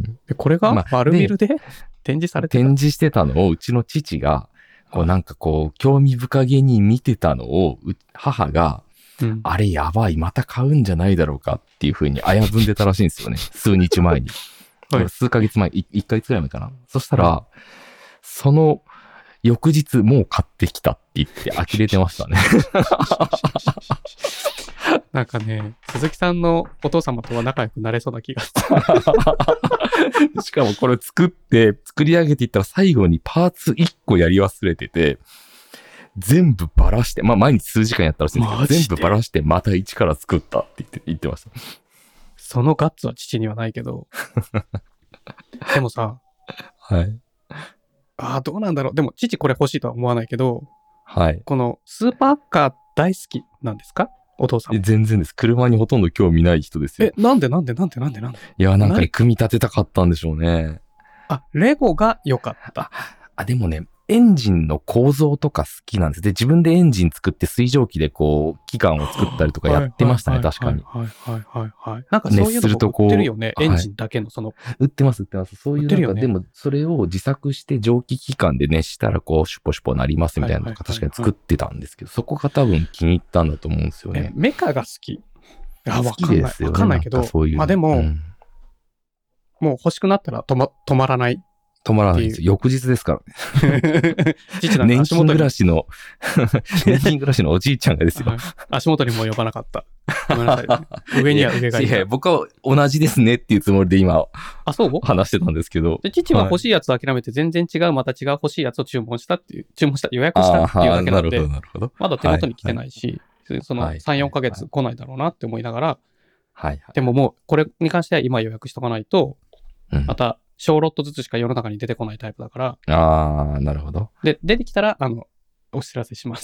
でこれが丸ビルで展示されてた、 展示してたのをうちの父が、こうなんかこう、興味深げに見てたのを、母が、うん、あれやばい、また買うんじゃないだろうかっていう風に危ぶんでたらしいんですよね。数日前に。はい、数ヶ月前、いっかげつくらい前かな。そしたら、はい、その翌日もう買ってきたって言って呆れてましたね。 なんかね、鈴木さんのお父様とは仲良くなれそうな気がする。しかもこれ作って、作り上げていったら最後にパーツいっこやり忘れてて、全部ばらして、まあ毎日数時間やったらしいんですけど、全部ばらしてまた一から作ったって言って、言ってました。 そのガッツは父にはないけど。でもさ、 はい。 ああ、どうなんだろう。でも父これ欲しいとは思わないけど、 はい。 このスーパーカー大好きなんですか？お父さん。 全然です。車にほとんど興味ない人ですよ。 え、なんでなんでなんでなんでなんでいや、なんかね、組み立てたかったんでしょうね。 あ、レゴが良かった。 あ、でもね、エンジンの構造とか好きなんです。で、自分でエンジン作って水蒸気でこう、機関を作ったりとかやってましたね、確かに。 はいはいはいはい。なんかそういうのも売ってるよね。エンジンだけのその。 売ってます売ってます。そういうなんか、ね、でもそれを自作して蒸気機関で熱したらこう、シュポシュポなりますみたいなのとか確かに作ってたんですけど、そこが多分気に入ったんだと思うんですよね。 メカが好き。あ、わかんない。 わかんないけど、まあでも、うん、もう欲しくなったら止ま、止まらない。 止まらないんですよ。翌日ですからね。年金暮らしの、年金暮らしのおじいちゃんがですよ。 足元にも呼ばなかった。 ごめんなさい、ね。上には上がいいやいや、 た。 僕は同じですねっていうつもりで今あ、そう話してたんですけど。 で父は欲しいやつを諦めて全然違う、また違う欲しいやつを注文したっていう、注文した、予約したっていうだけなんで、 あーなるほど、なるほど。 まだ手元に来てないし、そのはいさん、よんかげつ来ないだろうなって思いながら、 はいはい。 でももうこれに関しては今予約しとかないと、 うんまた小ロットずつしか世の中に出てこないタイプだから、 ああ、なるほど。 で、出てきたら、あの、お知らせします。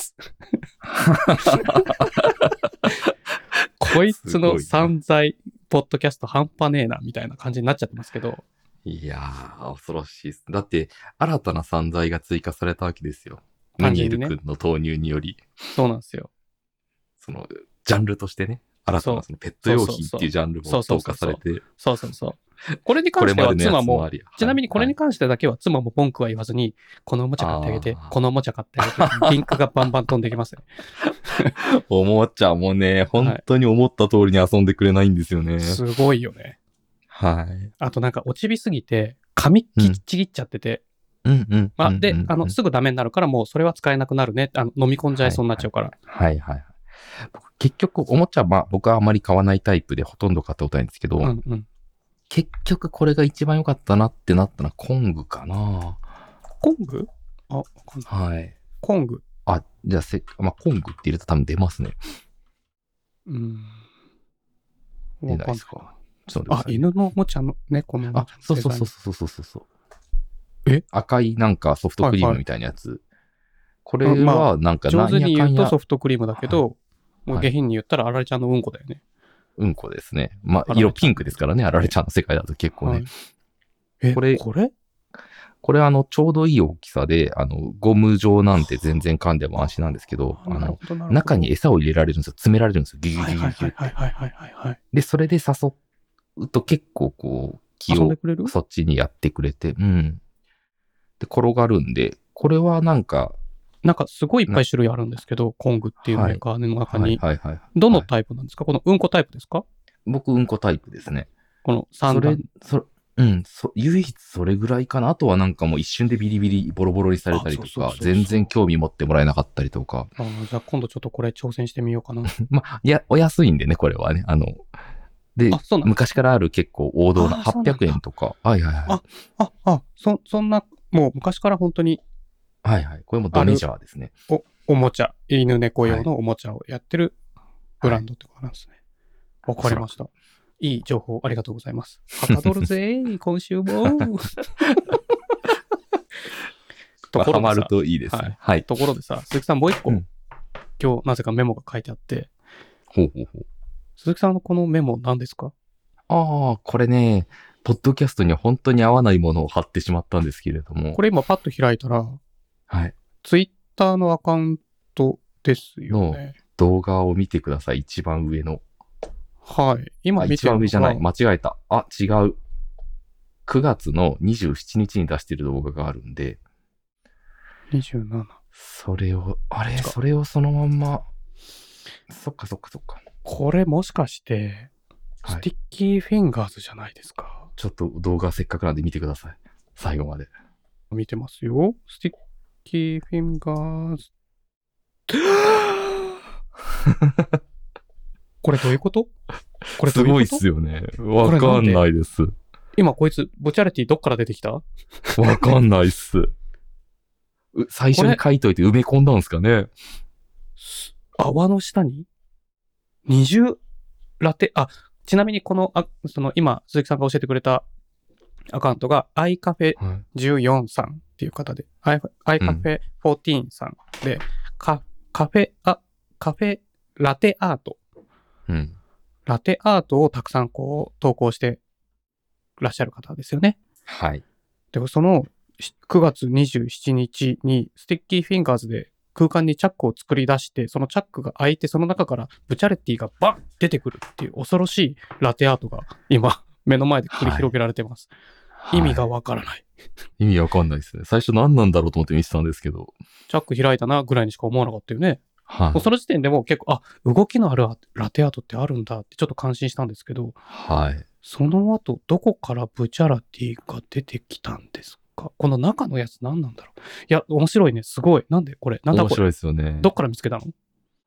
こいつの散財、ポッドキャスト半端ねえな、みたいな感じになっちゃってますけど。 いやー、恐ろしいです。だって、新たな散財が追加されたわけですよ。ムニエ単純にねル君の投入により、 そうなんですよ。 その、ジャンルとしてね、新たなそのペット用品っていうジャンルも投下されて、 そうそうそう。これに関しては妻も、ちなみにこれに関関してだけは妻も文句は言わずに、このおもちゃ買ってあげてあー、 このおもちゃ買ってあげて、リンクがバンバン飛んできますね。 おもちゃもね、本当に思った通りに遊んでくれないんですよね。 すごいよね。 はい。 あとなんか落ちびすぎて、紙きちぎっちゃってて、 うんうん。 あで、 うんうんあの、すぐダメになるからもうそれは使えなくなるね。あの飲み込んじゃいそうになっちゃうから。 はいはいはい。結局、おもちゃ、まあ僕はあまり買わないタイプでほとんど買ったことないんですけど、 うんうん。 結局これが一番良かったなってなったのはコングかな。 コングあ、わかんない。 はい。 コング。 あ、じゃあせ、まあ、コングって入れたら多分出ますね。 うん。 出ないですか。ちょっと待ってくだあ、 さいね犬のおもちゃの、猫のおもあちゃの、 そうそうそうそうそうそうそう。 え赤いなんかソフトクリームみたいなやつ。これまはなんか上手に言うとソフフトクリームだけど、もう下品に言ったらあられちゃんのうんこだよね。 うんこですね。まあ、 あられちゃん色ピンクですからね、あられちゃんの世界だと結構ね。 はいえ、 これこれこれあの、ちょうどいい大きさで、あの、ゴム状なんて全然噛んでも安心なんですけど、あの、中に餌を入れられるんですよ。詰められるんですよ。ギュギュギュギュギュはいはいはいはいはいはい。 で、それで誘うと結構こう、気を遊んでくれるそっちにやってくれて、うん。で、転がるんで、これはなんか、 なんかすごいいっぱい種類あるんですけど、コングっていうメーカーの中はいに、 はいはい。 どのはいタイプなんですか？このうんこタイプですか？ 僕、うんこタイプですね。 このさんそれ段。、 それ、うん、そ、唯一それぐらいかな。あとはなんかもう一瞬でビリビリボロボロにされたりとか、 あそうそうそうそう全然興味持ってもらえなかったりとか。 あーじゃあ今度ちょっとこれ挑戦してみようかな。 まあ、いや、お安いんでね、これはね。あの、であ、そうなんだ昔からある結構王道なあそうなんだはっぴゃくえんとか。はいはいはい。 ああ、あ、そ、そんな、もう昔から本当にはいはい。これもドメジャーですね。 お、おもちゃ、犬猫用のおもちゃをやってるブランドってことなんですね。わ、かりました。いい情報ありがとうございます。はかどるぜ今週も。ところでさハマるといいですね。はい。 ところでさ、鈴木さんもう一個、 うん今日なぜかメモが書いてあって、 ほうほうほう。 鈴木さんのこのメモ何ですか？ ああ、これね、ポッドキャストには本当に合わないものを貼ってしまったんですけれども。 これ今パッと開いたら、 はい。 ツイッターのアカウントですよね。 動画を見てください。一番上の。 はい。今あ、 見てるのが一番上じゃない。間違えた。あ、違う。くがつのにじゅうしちにちに出してる動画があるんで、 にじゅうなな。 それを、あれ、 違うそれをそのまんま、そっかそっかそっか。 これもしかして、 はいスティッキーフィンガーズじゃないですか。 ちょっと動画せっかくなんで見てください。最後まで。 見てますよ。スティッキーフィンガーズ。これどういうことこれどすごいっういうことすよね。わかんないです。 今こいつ、ボチャレティどっから出てきた？ わかんないっす。う最初に書いといて埋め込んだんすかね。 泡の下に二重ラテ、あ、ちなみにこの、あその今、鈴木さんが教えてくれたアカウントが アイカフェじゅうよん さんっていう方で、アイカフェじゅうよんさんで、カカフェ、あ、カフェラテアート。 うん。 ラテアートをたくさんこう投稿してらっしゃる方ですよね。 はい。 で、そのくがつにじゅうしちにちにスティッキーフィンガーズで空間にチャックを作り出して、そのチャックが開いて、その中からブチャレティがバン出てくるっていう恐ろしいラテアートが今目の前で繰り広げられてます。はい、意味がわからない。 意味わかんないですね。最初何なんだろうと思って見てたんですけど。 チャック開いたなぐらいにしか思わなかったよね。 はい、 もうその時点でもう結構、あ、動きのあるラテアートってあるんだってちょっと感心したんですけど、 はい。 その後、どこからブチャラティが出てきたんですか？この中のやつ何なんだろう？いや、面白いね。すごい。なんでこれなんだこれ？ 面白いですよね。 どっから見つけたの？ い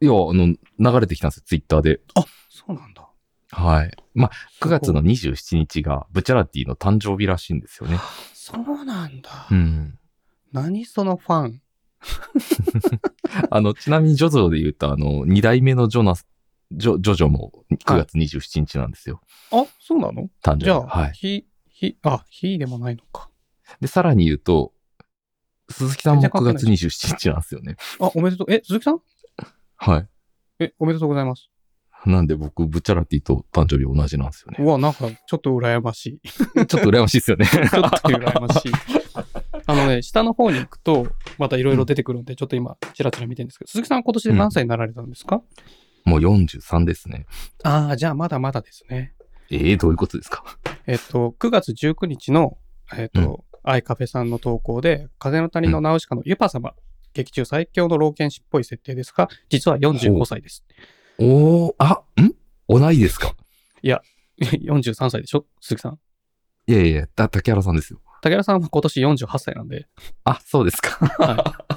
いや、あの、流れてきたんですよ、ツイッターで。 あ、そうなんだ。 はい。まあ、くがつのにじゅうしちにちがブチャラティの誕生日らしいんですよね。 そうなんだ。 うん。 何そのファン。 あの、ちなみにジョジョで言うと、あの、に代目のジョナス、ジョ、ジョジョもくがつにじゅうしちにちなんですよ。 あ、そうなの？ 誕生日。 じゃあ、 はい。 ひ、ひ、あ、ひでもないのか。 で、さらに言うと、鈴木さんもくがつにじゅうしちにちなんですよね。 あ、おめでとう。え、鈴木さん？ はい。 え、おめでとうございます。 なんで僕、ブチャラティと誕生日同じなんですよね。 うわ、なんか、ちょっと羨ましい。 ちょっと羨ましいですよね。 ちょっと羨ましい。あのね、下の方に行くと、またいろいろ出てくるんで、うん、ちょっと今、ちらちら見てるんですけど、鈴木さん今年で何歳になられたんですか？ うん、もうよんじゅうさんですね。 ああ、じゃあまだまだですね。 ええー、どういうことですか？ えっと、くがつじゅうくにちの、えっと、うん、アイカフェさんの投稿で、風の谷のナウシカのユパ様、うん、劇中最強の老犬士っぽい設定ですが、実はよんじゅうごさいです。 おー、あ、ん同いですか？いや、よんじゅうさんさいでしょ鈴木さん。 いやいや、た竹原さんですよ。 竹原さんは今年よんじゅうはっさいなんで。 あ、そうですか。はい、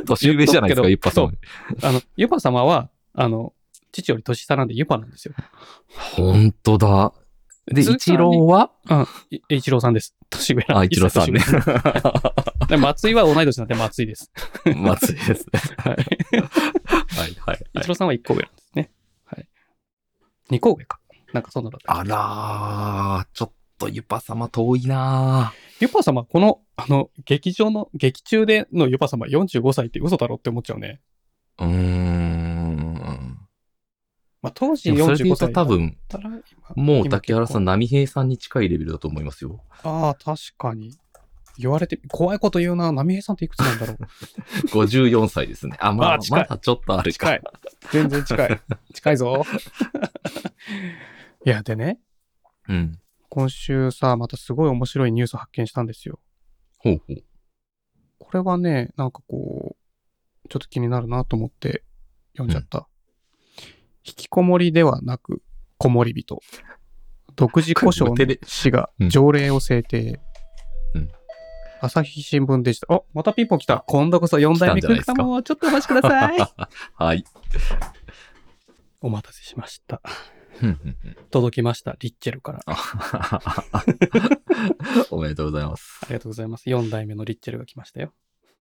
年上じゃないですか、ユパ様。 あの、ユパ様は、あの、父より年下なんでユパなんですよ。 ほんとだ。で、イチローはうん、イチローさんです。年上なんで。 あ、イチローさんね。 で松井は同い年なんで松井です。 松井ですね。はい。はいはい。 イチローさんはいっこ上なんですね。はい。にこ上か。なんかそんなのだった。 あらー、ちょっとユパ様遠いなー。 ユパ様、この、あの、劇場の、劇中でのユパ様よんじゅうごさいって嘘だろって思っちゃうね。 うーん。 まあ、当時よんじゅうごさいだったら、多分、もう竹原さん、波平さんに近いレベルだと思いますよ。 ああ、確かに。言われて、怖いこと言うな。波平さんっていくつなんだろう。 ごじゅうよんさいですね。あ、まあ、 あ近いまだちょっとあるか。 近い。全然近い。近いぞ。いや、でね。 うん。 今週さ、またすごい面白いニュース発見したんですよ。 ほうほう。 これはね、なんかこう、ちょっと気になるなと思って読んじゃった。うん、引きこもりではなく、こもり人。独自故障の市が条例を制定。 うんうん、 朝日新聞デジタル。あ、またピンポン来た。今度こそよん代目来るかも。ちょっとお待ちください。 はい。 お待たせしました。届きました。リッチェルから。 おめでとうございます。 ありがとうございます。よん代目のリッチェルが来ましたよ。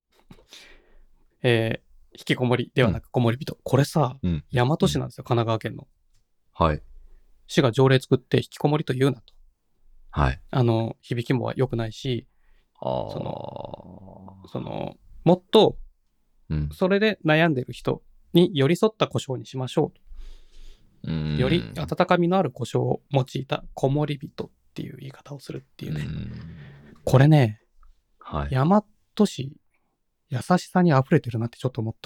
えー、引きこもりではなくこもり人。うん、これさ、うん、大和市なんですよ。神奈川県の。 はい。 市が条例作って引きこもりと言うなと。 はい。 あの、響きもは良くないし、 あその、その、もっと、それで悩んでる人に寄り添った故障にしましょうと。 うんより温かみのある故障を用いたこもり人っていう言い方をするっていうね。うこれね、 はい、 大和市、優しさに溢れてるなってちょっと思った。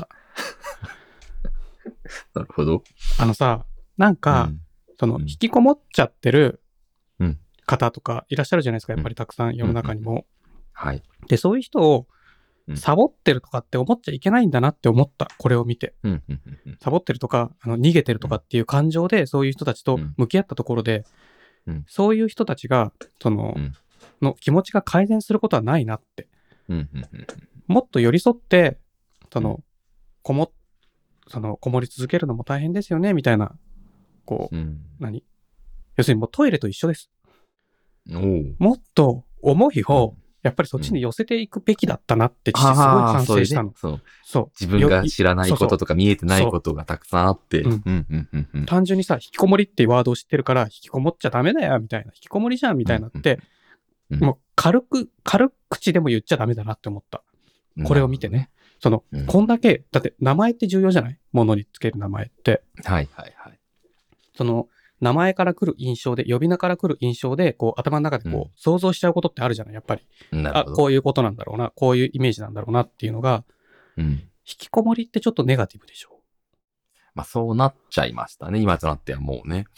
なるほど。 あのさ、なんか、うん、その、引きこもっちゃってる方とかいらっしゃるじゃないですか、やっぱりたくさん世の中にも。うんうん、 はい。 で、そういう人をサボってるとかって思っちゃいけないんだなって思った。これを見て。 うんうんうん、 サボってるとか、あの逃げてるとかっていう感情で、そういう人たちと向き合ったところで、うん、そういう人たちが、その、うん、の気持ちが改善することはないなって。 うんうんうん、 もっと寄り添って、その、こも、その、こもり続けるのも大変ですよね、みたいな、こう、うん、何要するにもうトイレと一緒です。もっと重い方、やっぱりそっちに寄せていくべきだったなって父すごい反省したの。 そうね、そう。自分が知らないこととか見えてないことがたくさんあって。 単純にさ、引きこもりっていうワードを知ってるから、引きこもっちゃダメだよ、みたいな。引きこもりじゃん、みたいなって、うんうん、もう軽く、軽口でも言っちゃダメだなって思った。これを見てね。その、うん、こんだけ、だって名前って重要じゃない？ものにつける名前って。 はいはいはい。 その、名前から来る印象で、呼び名から来る印象で、こう、頭の中でこう、うん、想像しちゃうことってあるじゃない、やっぱり。あ、こういうことなんだろうな、こういうイメージなんだろうなっていうのが、 うん、 引きこもりってちょっとネガティブでしょ。 まあ、そうなっちゃいましたね、今となってはもうね。 うん。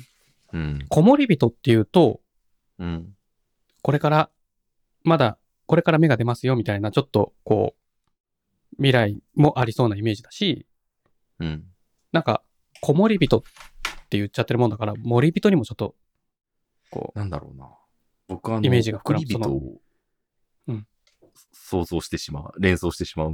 うん。 こもり人っていうと、 うん。 これから、まだ、これから芽が出ますよ、みたいな、ちょっと、こう、未来もありそうなイメージだし、 うん。 なんか、こもり人って言っちゃってるもんだから、森人にもちょっと、こう。なんだろうな。僕はあの、 イメージが膨らむ。 人を、 うん。 想像してしまう、連想してしまう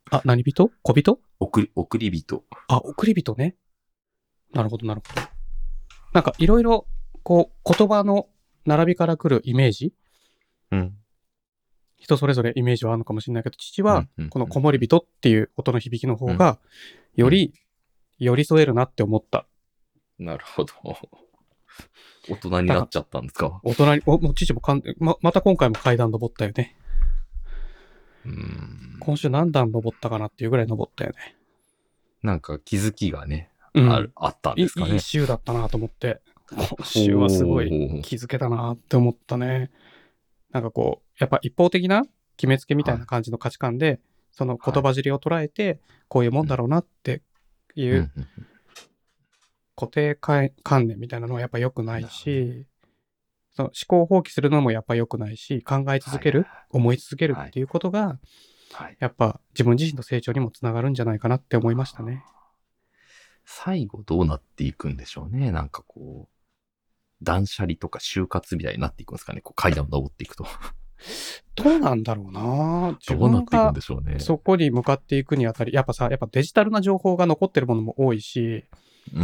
あ、何人？小人？ 送り、送り人。 あ、送り人ね。なるほど、なるほど。なんかいろいろ、こう、言葉の並びから来るイメージ、 うん。 人それぞれイメージはあるのかもしれないけど、父はうんうんうんこのこもり人っていう音の響きの方が、より寄り添えるなって思った。 なるほど。大人になっちゃったんですか？ 大人に、おもう父もかんま、また今回も階段登ったよね。 うーん。 今週何段登ったかなっていうぐらい登ったよね。 なんか気づきがね、 うん、 ある、あったんですかね。 いいい週だったなと思って、今週はすごい気づけたなって思ったね。なんかこう、やっぱ一方的な決めつけみたいな感じの価値観で、はい、その言葉尻を捉えて、こういうもんだろうなっていう固定観念みたいなのはやっぱ良くないし、その思考を放棄するのもやっぱ良くないし、考え続ける、はい、思い続けるっていうことが、はい、やっぱ自分自身の成長にもつながるんじゃないかなって思いましたね。 最後どうなっていくんでしょうね。なんかこう、断捨離とか就活みたいになっていくんですかね。こう階段を登っていくと。 どうなんだろうな。 どうなっていくんでしょうね。 そこに向かっていくにあたり、やっぱさ、やっぱデジタルな情報が残ってるものも多いし、 うん。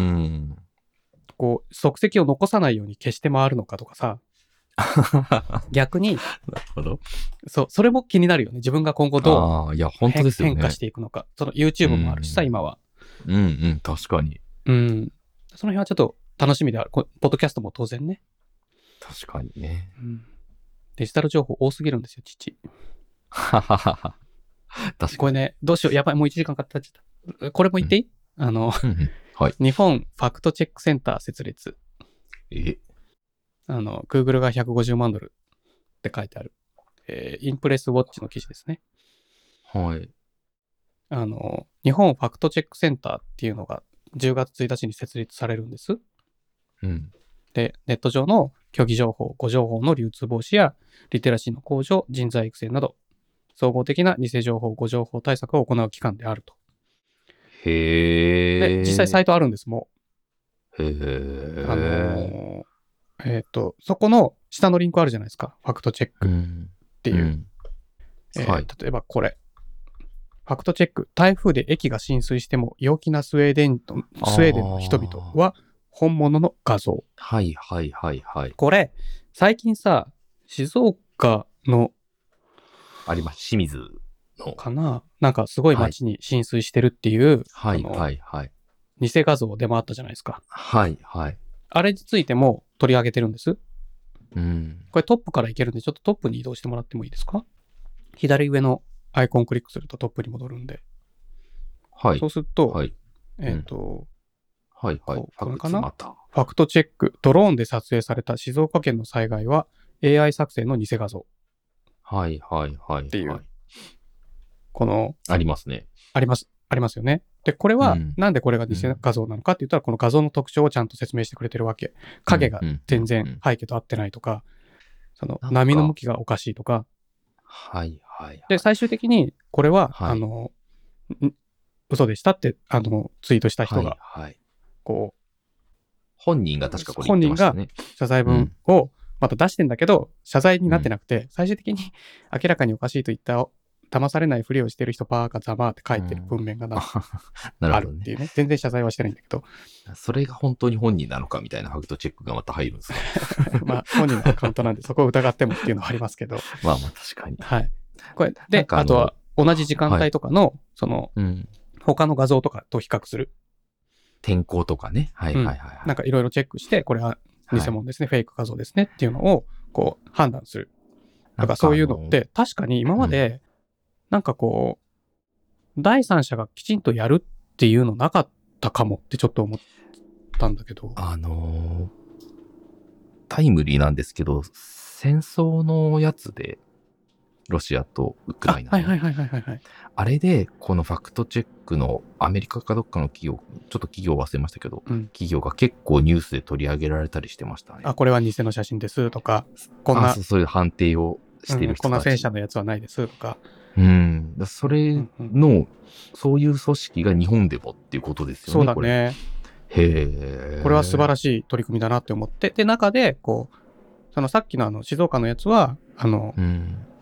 こう、足跡を残さないように消して回るのかとかさ。逆に、 なるほど。 そう、それも気になるよね。自分が今後どういや本当ですよね、 変化していくのか。その YouTube もあるしさ、今は。 うんうん、確かに。 うん。その辺はちょっと楽しみである。ポッドキャストも当然ね。 確かにね。 うん、デジタル情報多すぎるんですよ、父。 はははは。確かに。 これね、どうしよう。やばい、もういちじかんかかっちゃった。これも言っていい、うん、あの、 うんうん、はい。 日本ファクトチェックセンター設立。 えあの、Google がひゃくごじゅうまんドルって書いてある。えー、インプレスウォッチの記事ですね。 はい。 あの、日本ファクトチェックセンターっていうのがじゅうがつついたちに設立されるんです。 うん。 で、ネット上の虚偽情報、誤情報の流通防止やリテラシーの向上、人材育成など、総合的な偽情報、誤情報対策を行う機関であると。 へー。 で、実際サイトあるんです、もう。へー。 あのー、えっ、ー、と、そこの下のリンクあるじゃないですか。ファクトチェックっていう。うんうんえーはい、例えばこれ。ファクトチェック。台風で駅が浸水しても陽気なスウェーデン、スウェーデンの人々は本物の画像。 はいはいはいはい。 これ、最近さ、静岡のあります。清水の。 かななんかすごい街に浸水してるっていう、 はいはいはい。 偽画像出回ったじゃないですか。 はいはい。 あれについても取り上げてるんです。 うん。 これトップからいけるんで、ちょっとトップに移動してもらってもいいですか？左上のアイコンクリックするとトップに戻るんで。 はい。 そうすると、 はい、 えっ、ー、と、うん、 はいはい。 これかな？ファクトチェック。ドローンで撮影された静岡県の災害は エーアイ 作成の偽画像。 はいはいはい。 っていう。この。 ありますね。 あります。ありますよね。で、これは、うん、なんでこれが偽画像なのかって言ったら、この画像の特徴をちゃんと説明してくれてるわけ。影が全然背景と合ってないとか、その波の向きがおかしいとか。 はいはい、はい。 で、最終的に、これは、はい、あの、嘘でしたって、あの、ツイートした人が、はいはい、こう、 本人が確かこれ言ってましたね。 本人が謝罪文をまた出してんだけど、うん、謝罪になってなくて、うん、最終的に明らかにおかしいと言った騙されないふりをしてる人バーかザバーって書いてる文面がな、うん、あるっていうね。全然謝罪はしてないんだけど。 それが本当に本人なのかみたいなファクトチェックがまた入るんですかまあ本人のアカウントなんでそこを疑ってもっていうのはありますけど。 まあまあ確かに。 はい。これで、あ, あとは同じ時間帯とかの、はい、その、うん、他の画像とかと比較する。 天候とかね。はいはいはい、はいうん。なんかいろいろチェックして、これは偽物ですね、はい、フェイク画像ですねっていうのをこう判断する。だからそういうのって確かに今まで、うんなんかこう、第三者がきちんとやるっていうのなかったかもってちょっと思ったんだけど。 あのー、タイムリーなんですけど、戦争のやつで、ロシアとウクライナの。 はいはいはいはいはい。 あれで、このファクトチェックのアメリカかどっかの企業、ちょっと企業忘れましたけど、うん、企業が結構ニュースで取り上げられたりしてましたね。 あ、これは偽の写真ですとか、こんな。 あ、そう、そういう判定をしてる人たち、 うん。こんな戦車のやつはないですとか。 うん。それの、うんうん、そういう組織が日本でもっていうことですよね。 そうだね。 へー。 これは素晴らしい取り組みだなって思って。で、中で、こう、そのさっきのあの、静岡のやつは、あの、うん、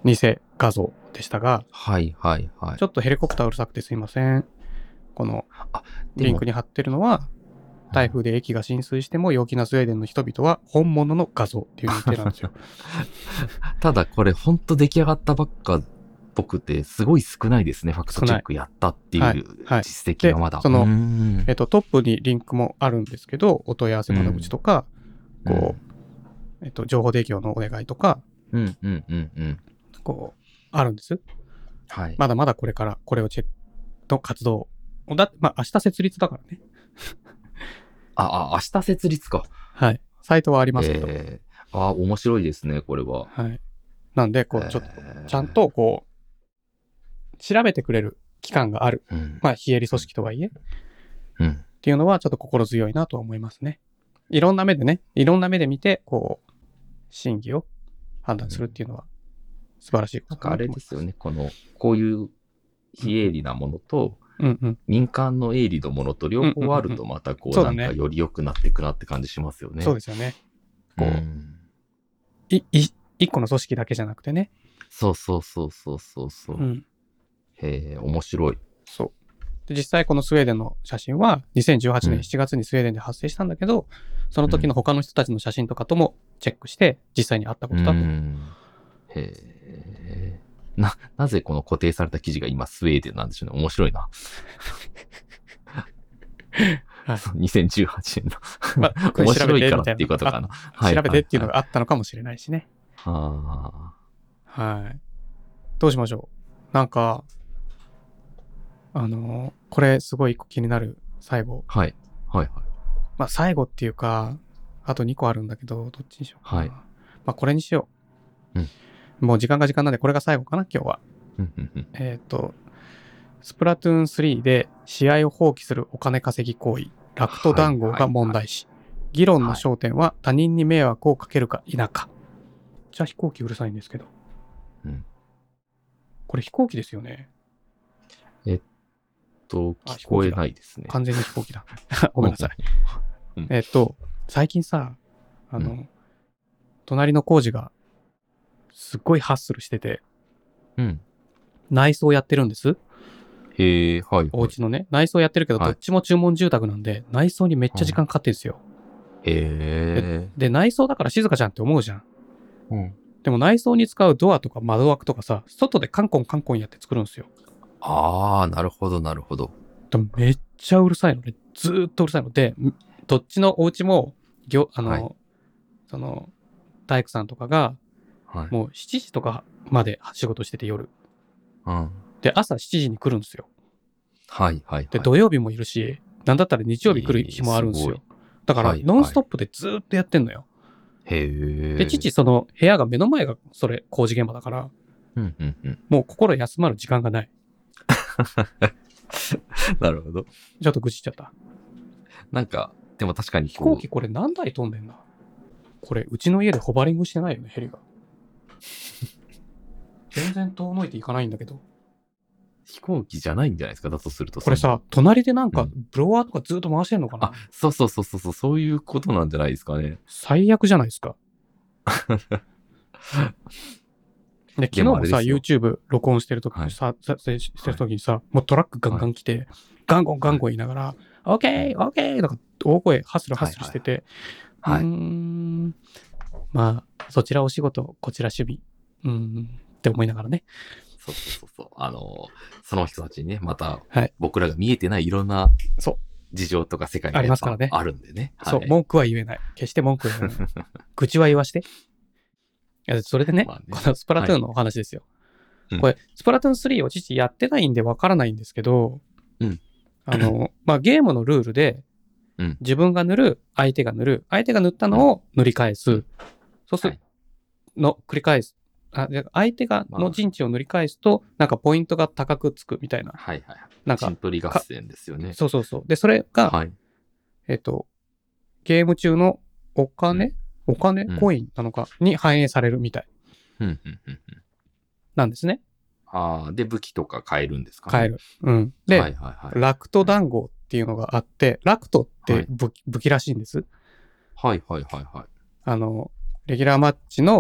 偽画像でしたが、 はいはいはい。 ちょっとヘリコプターうるさくてすいません。このでもリンクに貼ってるのは、台風で駅が浸水しても陽気なスウェーデンの人々は本物の画像っていう認定なんですよ。 ただこれほんと出来上がったばっかっぽくて、すごい少ないですね。ファクトチェックやったっていうはいはい実績がまだ。 でそのうーんえっと、トップにリンクもあるんですけど、お問い合わせ窓口とか、 うんこう、えっと、情報提供のお願いとか、 うんうんうんうん。 こう、あるんです。 はい。 まだまだこれからこれをチェックの活動を、だって、まあ明日設立だからね。 あ、あ、明日設立か。 はい。サイトはありますけど。 えー、あ、面白いですね、これは。 はい。なんで、こう、ちょっと、 えーちゃんと、こう、調べてくれる機関がある。 うん。 まあ、非営利組織とはいえ、っうん。 ていうのはちょっと心強いなとは思いますね。いろんな目でね、いろんな目で見て、こう、真偽を判断するっていうのは素晴らしいことなんかあかなと思います。 れですよね、この、こういう非営利なものと、 うんうん。 民間の営利のものと両方あるとまたこう、 そうだねなんかより良くなっていくなって感じしますよね。 そうですよね。こう、 んい、い、一個の組織だけじゃなくてね。 そうそうそうそうそうそう。 うん。 へえ、面白い。 そう。で、実際このスウェーデンの写真はにせんじゅうはちねうんんしちがつにスウェーデンで発生したんだけど、その時の他の人たちの写真とかともチェックして実際にあったことだと。 うんへえ。な、なぜこの固定された記事が今スウェーデンなんでしょうね。面白いな。 はいにせんじゅうはちねんの。 まあ、これ面調べてみたいな白いからっていうことかな。 あ調べてっていうのが。 があったのかもしれないしね。 あはい。どうしましょう。なんか、あのーこれすごい一個気になる最後。 あ。はい。はいはい。 まあ最後っていうか、あとにこあるんだけど、どっちにしようかな。 はいまあこれにしよう。 うんもう時間が時間なんで、これが最後かな、今日は。 うんうんうんえっ、と、スプラトゥーンスリーで試合を放棄するお金稼ぎ行為、ラクト談合が問題視。議論の焦点は他人に迷惑をかけるか否か。じゃあ飛行機うるさいんですけど。 うんこれ飛行機ですよね。 と、 あ聞こえないですね。 完全に飛行機だ。ごめんなさい。 うんえっと、最近さ、あの、 う隣の工事がすっごいハッスルしてて、 うん。 内装やってるんです。 へえ、はい、はい。 お家のね。内装やってるけど、 はいどっちも注文住宅なんで、内装にめっちゃ時間かかってるんですよ。 へえ。 で、内装だから静かじゃんって思うじゃん。 うん。 でも内装に使うドアとか窓枠とかさ、外でカンコンカンコンやって作るんですよ。 ああ、なるほど、なるほど。 でもめっちゃうるさいのね。ずーっとうるさいので、んどっちのお家も、ぎょあの、 はいその、大工さんとかが、 はい。 もうしちじとかまで仕事してて夜。 うん。 で、朝しちじに来るんですよ。 はい、はい、はい。 で、土曜日もいるし、なんだったら日曜日来る日もあるんですよ。だから、 はいノンストップでずーっとやってんのよ。 へえ。 で、父、その部屋が目の前がそれ工事現場だから、 うん、うん、うん。 もう心休まる時間がない。 なるほど。 ちょっと愚痴っちゃった。 なんか、でも確かに飛こう行機これ何台飛んでんだこれ、うちの家でホバリングしてないよね、ヘリが。全然遠のいていかないんだけど。 飛行機じゃないんじゃないですか、だとすると。 これさ、隣でなんかうんブロワーとかずっと回してんのかな、 あ、そうそうそうそうそう、そういうことなんじゃないですかね。 最悪じゃないですか。で、昨日もさ、 でもあれですよ YouTube 録音してるときにさ、撮影してるときにさ、もうトラックガンガン来て、ガンゴンガンゴン言いながら、オッケーオッケーなんか大声、ハスルハスルしてて、 はいはいはいうーん、まあ、そちらお仕事、こちら趣味、うーん、って思いながらね。 そうそうそうそう。あの、その人たちにね、またはい、 僕らが見えてないいろんなそう事情とか世界がありますからねやっぱあるんでね。 そう、 はい文句は言えない。決して文句は言えない。愚痴は言わして。いや、それでね、 まあねこのスプラトゥーンのお話ですよ。 はいこれ、スプラトゥーンスリーを父やってないんでわからないんですけど、 うんあの、まあ、ゲームのルールで、 うん自分が塗る、相手が塗る、相手が塗ったのを塗り返す。そうする、 はいの、繰り返す。あで相手が、 まあの陣地を塗り返すと、なんかポイントが高くつくみたいな。 はいはいはい。 なんか陣、取り合戦ですよね。 そうそうそう。で、それが、 はい。 えっと、ゲーム中のお金、お金、 うんコインなのかに反映されるみたいうんうんうんうん。 なんですね。 ああ、で、武器とか変えるんですかね。 変える。うん。で、 はいはいはい。 ラクト談合っていうのがあって、ラクトってはい武器武器らしいんです。 はいはいはいはい。 あの、レギュラーマッチの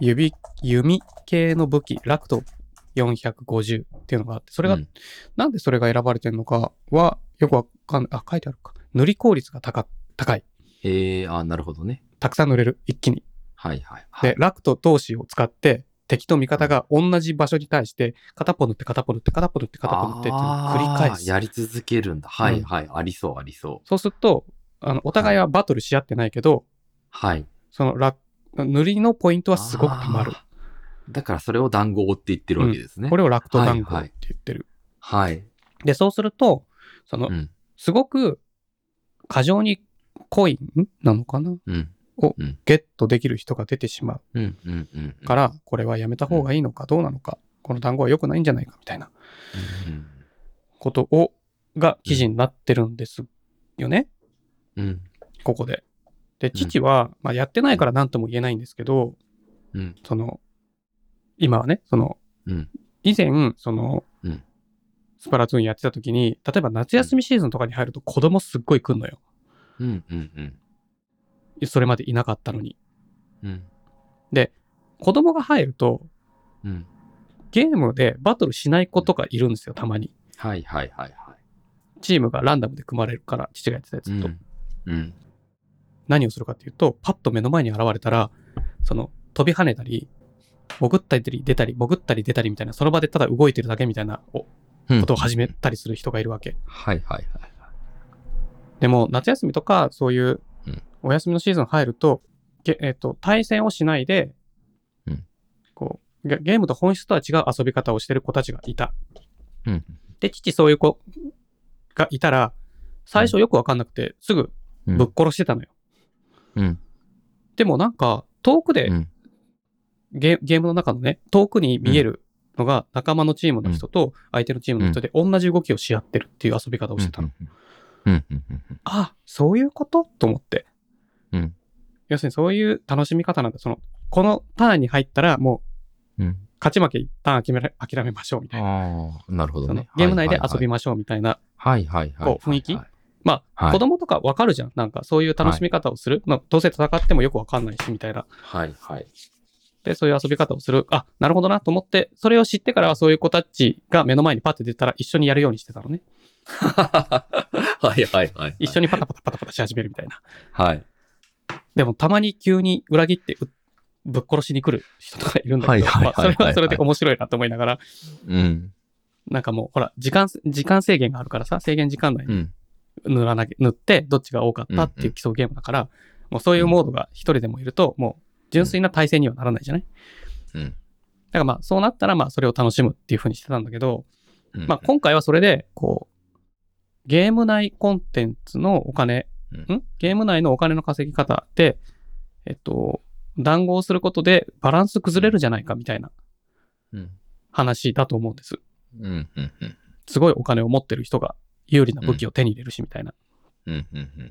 指、弓系の武器、ラクトよんひゃくごじゅうっていうのがあって、それが、 うん、 なんでそれが選ばれてるのかは、よくわかんない。あ、書いてあるか。塗り効率が高、高い。 へえ、あ、なるほどね。 たくさん塗れる、一気に。 はいはいはい。 で、ラクト同士を使って、敵と味方が同じ場所に対して、片っぽ塗って片っぽ塗って片っぽ塗って片っぽ塗ってっていうのを繰り返す。 あーやり続けるんだ。はいはい。ありそうありそう。 そうすると、あの、お互いはバトルし合ってないけど、 はい。 そのラ、塗りのポイントはすごく溜まる。 あーだからそれを談合って言ってるわけですね。 これをラクトはい談合ってはい。 言ってる。 はい。 で、そうすると、そのう、ん。 すごく過剰にコインなのかなうん。 をうんゲットできる人が出てしまうんうんうん。 うから、これはやめた方がいいのかどうなのか、この単語は良くないんじゃないかみたいなうんことを、が記事になってるんですよね。 うん。 ここで。で、父は、まあ、やってないから何とも言えないんですけど、 うん。 その、今はね、その、 うん。 以前、その、 うんスプラトゥーンやってた時に、例えば夏休みシーズンとかに入ると子供すっごい来んのよ。 うんうんそれまでいなかったのに。 うん。うん。 で、子供が入ると、 うん。 ゲームでバトルしない子とかいるんですよ、たまに。 はいはいはいはい。 チームがランダムで組まれるから、父がやってたやつと。 うん。うん。 何をするかっていうと、パッと目の前に現れたら、その、飛び跳ねたり、潜ったり出たり、潜ったり出たりみたいな、その場でただ動いてるだけみたいなおことを始めたりする人がいるわけ。 はいはいはい。 でも、夏休みとか、そういううん、 お休みのシーズン入ると、ゲえっと、対戦をしないで、 うんこうゲ、ゲームと本質とは違う遊び方をしてる子たちがいた。 うん。 で、父そういう子がいたら、最初よくわかんなくて、すぐうんぶっ殺してたのよ。 うん。 でもなんか、遠くでうん。 ゲ、ゲームの中のね、遠くに見えるのが仲間のチームの人と相手のチームの人で同じ動きをし合ってるっていう遊び方をしてたの。 うんうんうんうん。 あ、そういうことと思って。 うん。 要するにそういう楽しみ方なんだ。その、このターンに入ったらもう、 うん。 勝ち負け一旦諦め諦めましょうみたいな。 ああ、なるほどそのね。 ゲーム内で遊びまましょうみたいな、 はいはいはい。 こう雰囲気まあ、 はい子供とかわかるじゃん。なんかそういう楽しみ方をする。まあ、どうせ戦ってもよくわかんないし、みたいな。 はいはい。 で、そういう遊び方をする。あ、なるほどなと思って、それを知ってからはそういう子たちが目の前にパッて出たら一緒にやるようにしてたのね。 はいはいはい。 一緒にパタパタパタパタし始めるみたいな。 はい。 でもたまに急に裏切ってうぶっ殺しに来る人とかいるんだけど、 はいはいはいはいまあそれはそれで面白いなと思いながら、 うん。 なんかもうほら、時間、時間制限があるからさ、制限時間内にうん。 塗らなきゃ、塗ってどっちが多かったっていう競うゲームだから、もうそういうモードが一人でもいると、もう純粋な対戦にはならないじゃない。 うん。 だからまあそうなったらまあそれを楽しむっていう風にしてたんだけど、 うん。 まあ今回はそれで、こう、ゲーム内コンテンツのお金、 うんんゲーム内のお金の稼ぎ方で、えっと、談合することでバランス崩れるじゃないかみたいなうん。 話だと思うんです。 うん。うん。うん。 すごいお金を持ってる人が有利な武器を手に入れるしみたいな。 うん。うん。うん。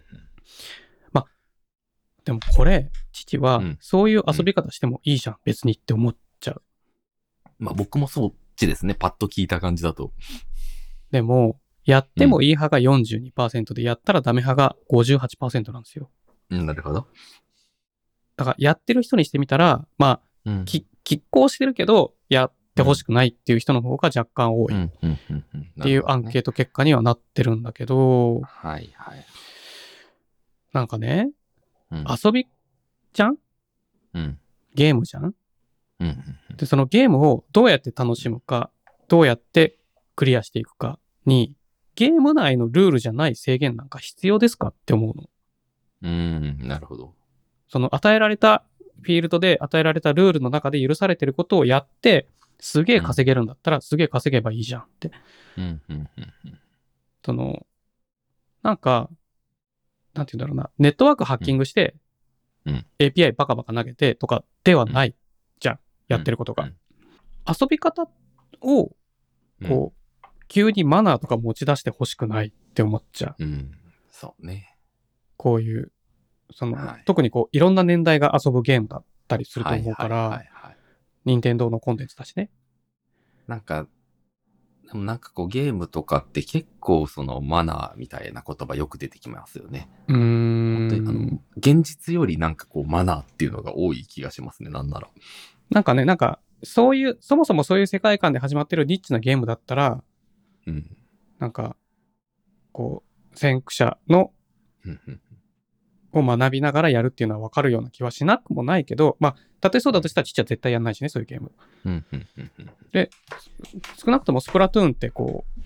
でもこれ、父はうんそういう遊び方してもいいじゃん、別にって思っちゃう。 まあ僕もそっちですね。パッと聞いた感じだと。 でも、やってもいい派が よんじゅうにパーセント で、やったらダメ派が ごじゅうはちパーセント なんですよ。 うん、なるほど。 だから、やってる人にしてみたら、まあ、 うん。 き拮抗してるけど、やってほしくないっていう人の方が若干多いっうん。うん。うん。うん。 ていうアンケート結果にはなってるんだけど、 はいはい。 なんかね、 うん。 遊びじゃんうん。 ゲームじゃんうん。うん。 で、そのゲームをどうやって楽しむか、どうやってクリアしていくかに、ゲーム内のルールじゃない制限なんか必要ですかって思うの。 うん。なるほど。 その与えられたフィールドで与えられたルールの中で許されてることをやって、すげえ稼げるんだったらすげえ稼げばいいじゃんって。 うん。うん。うん。 その、なんか、なんて言うんだろうな、ネットワークハッキングして、 うんうんエーピーアイ バカバカ投げてとかではないじゃん、やってることが。 うん遊び方を、 うんこう、急にマナーとか持ち出してほしくないって思っちゃう。 うん。そうね。 こういう、その、 はい特にこう、いろんな年代が遊ぶゲームだったりすると思うかはいはいはら、 いはい。 任天堂のコンテンツだしね。 なんか、でもなんかこうゲームとかって結構そのマナーみたいな言葉よく出てきますよね。 うー本当にあん。 の、現実よりなんかこうマナーっていうのが多い気がしますね、なんなら。 なんかね、なんか、そういう、そもそもそういう世界観で始まってるニッチなゲームだったら、 うん。 なんか、こう、先駆者の、 うんうんを学びながらやるっていうのは分かるような気はしなくもないけど、まあ、たとえそうだとしたらちっちゃ絶対やんないしね、そういうゲーム。 うんうんうんうん。 で、少なくともスプラトゥーンってこう、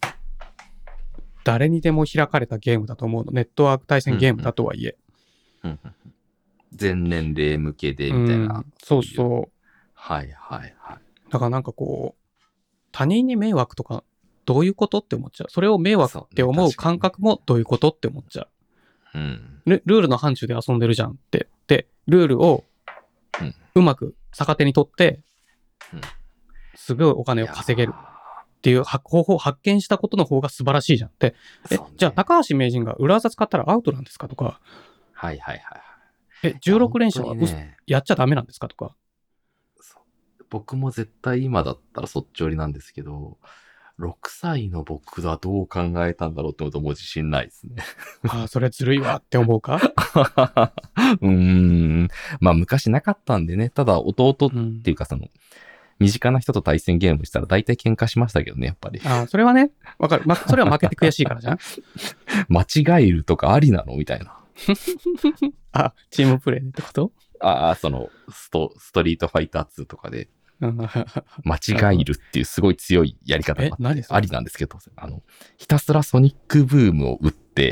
誰にでも開かれたゲームだと思うの。ネットワーク対戦ゲームだとはいえ。 うんうんうん全年齢向けでうみたいな。 ん、そうそう。 はいはいはい。 だからなんかこう、他人に迷惑とかどういうことって思っちゃう。それを迷惑って思う感覚もどういうことって思っちゃう。 うん、 ル, ルールの範疇で遊んでるじゃんって。で、ルールをうまく逆手に取って、すごいお金を稼げるっていう方法を発見したことの方が素晴らしいじゃんって。え、ね、じゃあ高橋名人が裏技使ったらアウトなんですかとか。 はいはいはい。 え、じゅうろく連射は、ね、やっちゃダメなんですかとか。 僕も絶対今だったらそっち寄りなんですけど、ろくさいの僕はどう考えたんだろうってことも自信ないですね。 ああ、それずるいわって思うかうーん。まあ昔なかったんでね、ただ弟っていうかその、うん、身近な人と対戦ゲームしたら大体喧嘩しましたけどね、やっぱり。 ああ、それはね、わかる。ま、それは負けて悔しいからじゃん間違えるとかありなのみたいな。 あ、チームプレイでってことああ、そのスト、ストリートファイターツーとかで、間違えるっていうすごい強いやり方があって、ありなんですけど、あの、ひたすらソニックブームを打って、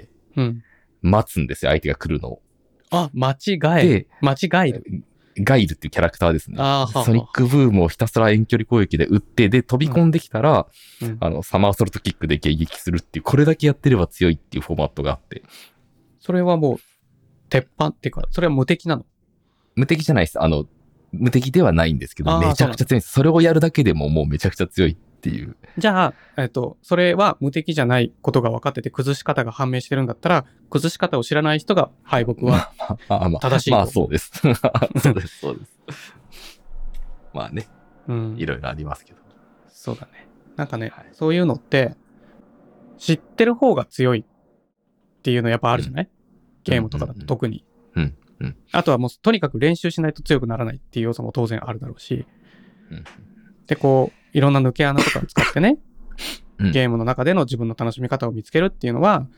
待つんですよ、相手が来るのを。 あ、間違える。間違える。 ガイルっていうキャラクターですね。 あソニックブームをひたすら遠距離攻撃で打って、で、飛び込んできたら、うん、あの、サマーソルトキックで迎撃するっていう、これだけやってれば強いっていうフォーマットがあって。 それはもう、鉄板っていうか、それは無敵なの？ 無敵じゃないです。あの、無敵ではないんですけど、めちゃくちゃ強いです。それをやるだけでももうめちゃくちゃ強いっていう。 じゃあ、えっと、それは無敵じゃないことが分かってて、崩し方が判明してるんだったら、崩し方を知らない人が敗北は正しいと。 まあそうです。そうです、そうです。まあね、うん、いろいろありますけど。 そうだね。なんかね、はい、そういうのって、知ってる方が強いっていうのやっぱあるじゃない、うん、ゲームとかだと特に。 うんうんうん、 あとはもうとにかく練習しないと強くならないっていう要素も当然あるだろうし、うん、でこういろんな抜け穴とかを使ってね、うん、ゲームの中での自分の楽しみ方を見つけるっていうのは、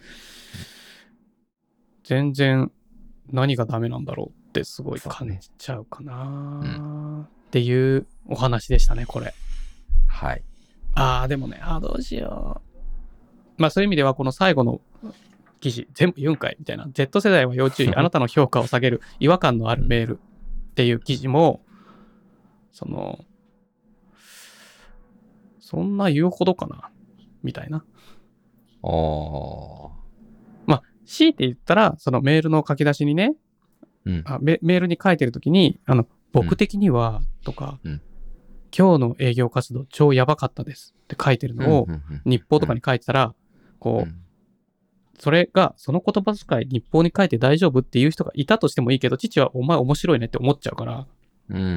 全然何がダメなんだろうってすごい感じちゃうかな、うん、っていうお話でしたねこれ。 はい。 あーでもね、あーどうしよう。まあそういう意味ではこの最後の記事全部言うんかいみたいな Z 世代は要注意あなたの評価を下げる違和感のあるメールっていう記事もそのそんな言うほどかなみたいな。 ああ。 まあ強いて言ったらそのメールの書き出しにね、うん、あ メ, メールに書いてるときにあの僕的には、うん、とか、うん、今日の営業活動超やばかったですって書いてるのを日報とかに書いてたらこう、うんそれが、その言葉遣い日報に書いて大丈夫っていう人がいたとしてもいいけど、父はお前面白いねって思っちゃうから。 うんうんうん、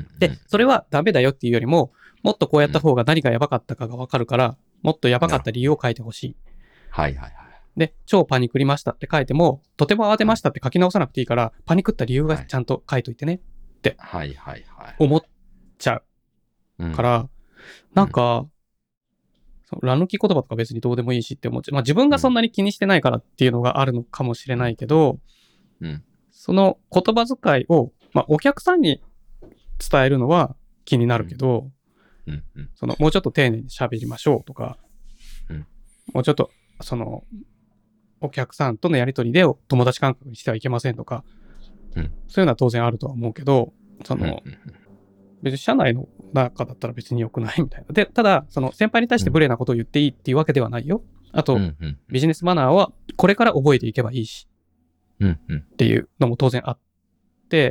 で、それはダメだよっていうよりも、もっとこうやった方が何がやばかったかがわかるから、もっとやばかった理由を書いてほしい。 はいはいはい。 で、超パニクりましたって書いても、とても慌てましたって書き直さなくていいから、パニクった理由がちゃんと書いといてねって思っちゃうから、なんか、ラ抜き言葉とか別にどうでもいいしって思っちゃう。まあ自分がそんなに気にしてないからっていうのがあるのかもしれないけど、うん、その言葉遣いを、まあお客さんに伝えるのは気になるけど、うんうんうん、そのもうちょっと丁寧に喋りましょうとか、うん、もうちょっとそのお客さんとのやりとりで友達感覚にしてはいけませんとか、うん、そういうのは当然あるとは思うけど、その、うんうんうん別に社内の中だったら別に良くないみたいな。で、ただ、その先輩に対して無礼なことを言っていいっていうわけではないよ。あと、うんうん、ビジネスマナーはこれから覚えていけばいいし、うんうん、っていうのも当然あって、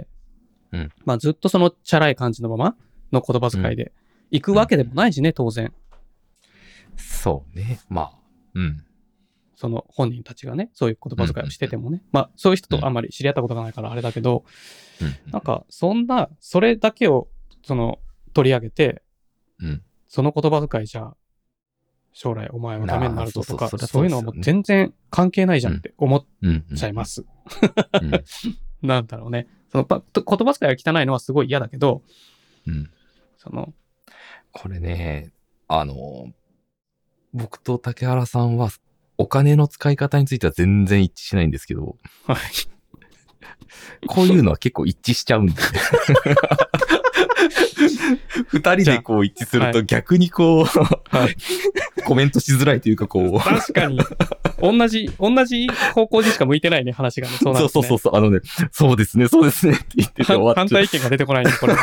うん、まあずっとそのチャラい感じのままの言葉遣いで行くわけでもないしね、当然。 そうね。まあ、うん。 その本人たちがね、そういう言葉遣いをしててもね。うんうん、まあそういう人とあんまり知り合ったことがないからあれだけど、うんうん、なんかそんな、それだけをその取り上げて、うん、その言葉遣いじゃ将来お前はダメになるぞとか、そういうのはもう全然関係ないじゃんって思っちゃいます。なんだろうね。その言葉遣いが汚いのはすごい嫌だけど、 うん。 その、 これね、あの、僕と竹原さんはお金の使い方については全然一致しないんですけど、 はい。 こういうのは結構一致しちゃうんで。二人でこう一致すると逆にこう、 はい、 コメントしづらいというかこう。 確かに。同じ、同じ方向にしか向いてないね、話がね。そうなんですね。 そうそうそう、あのね、そうですね、そうですねって言ってて終わっちゃう。 反対意見が出てこないね、これ。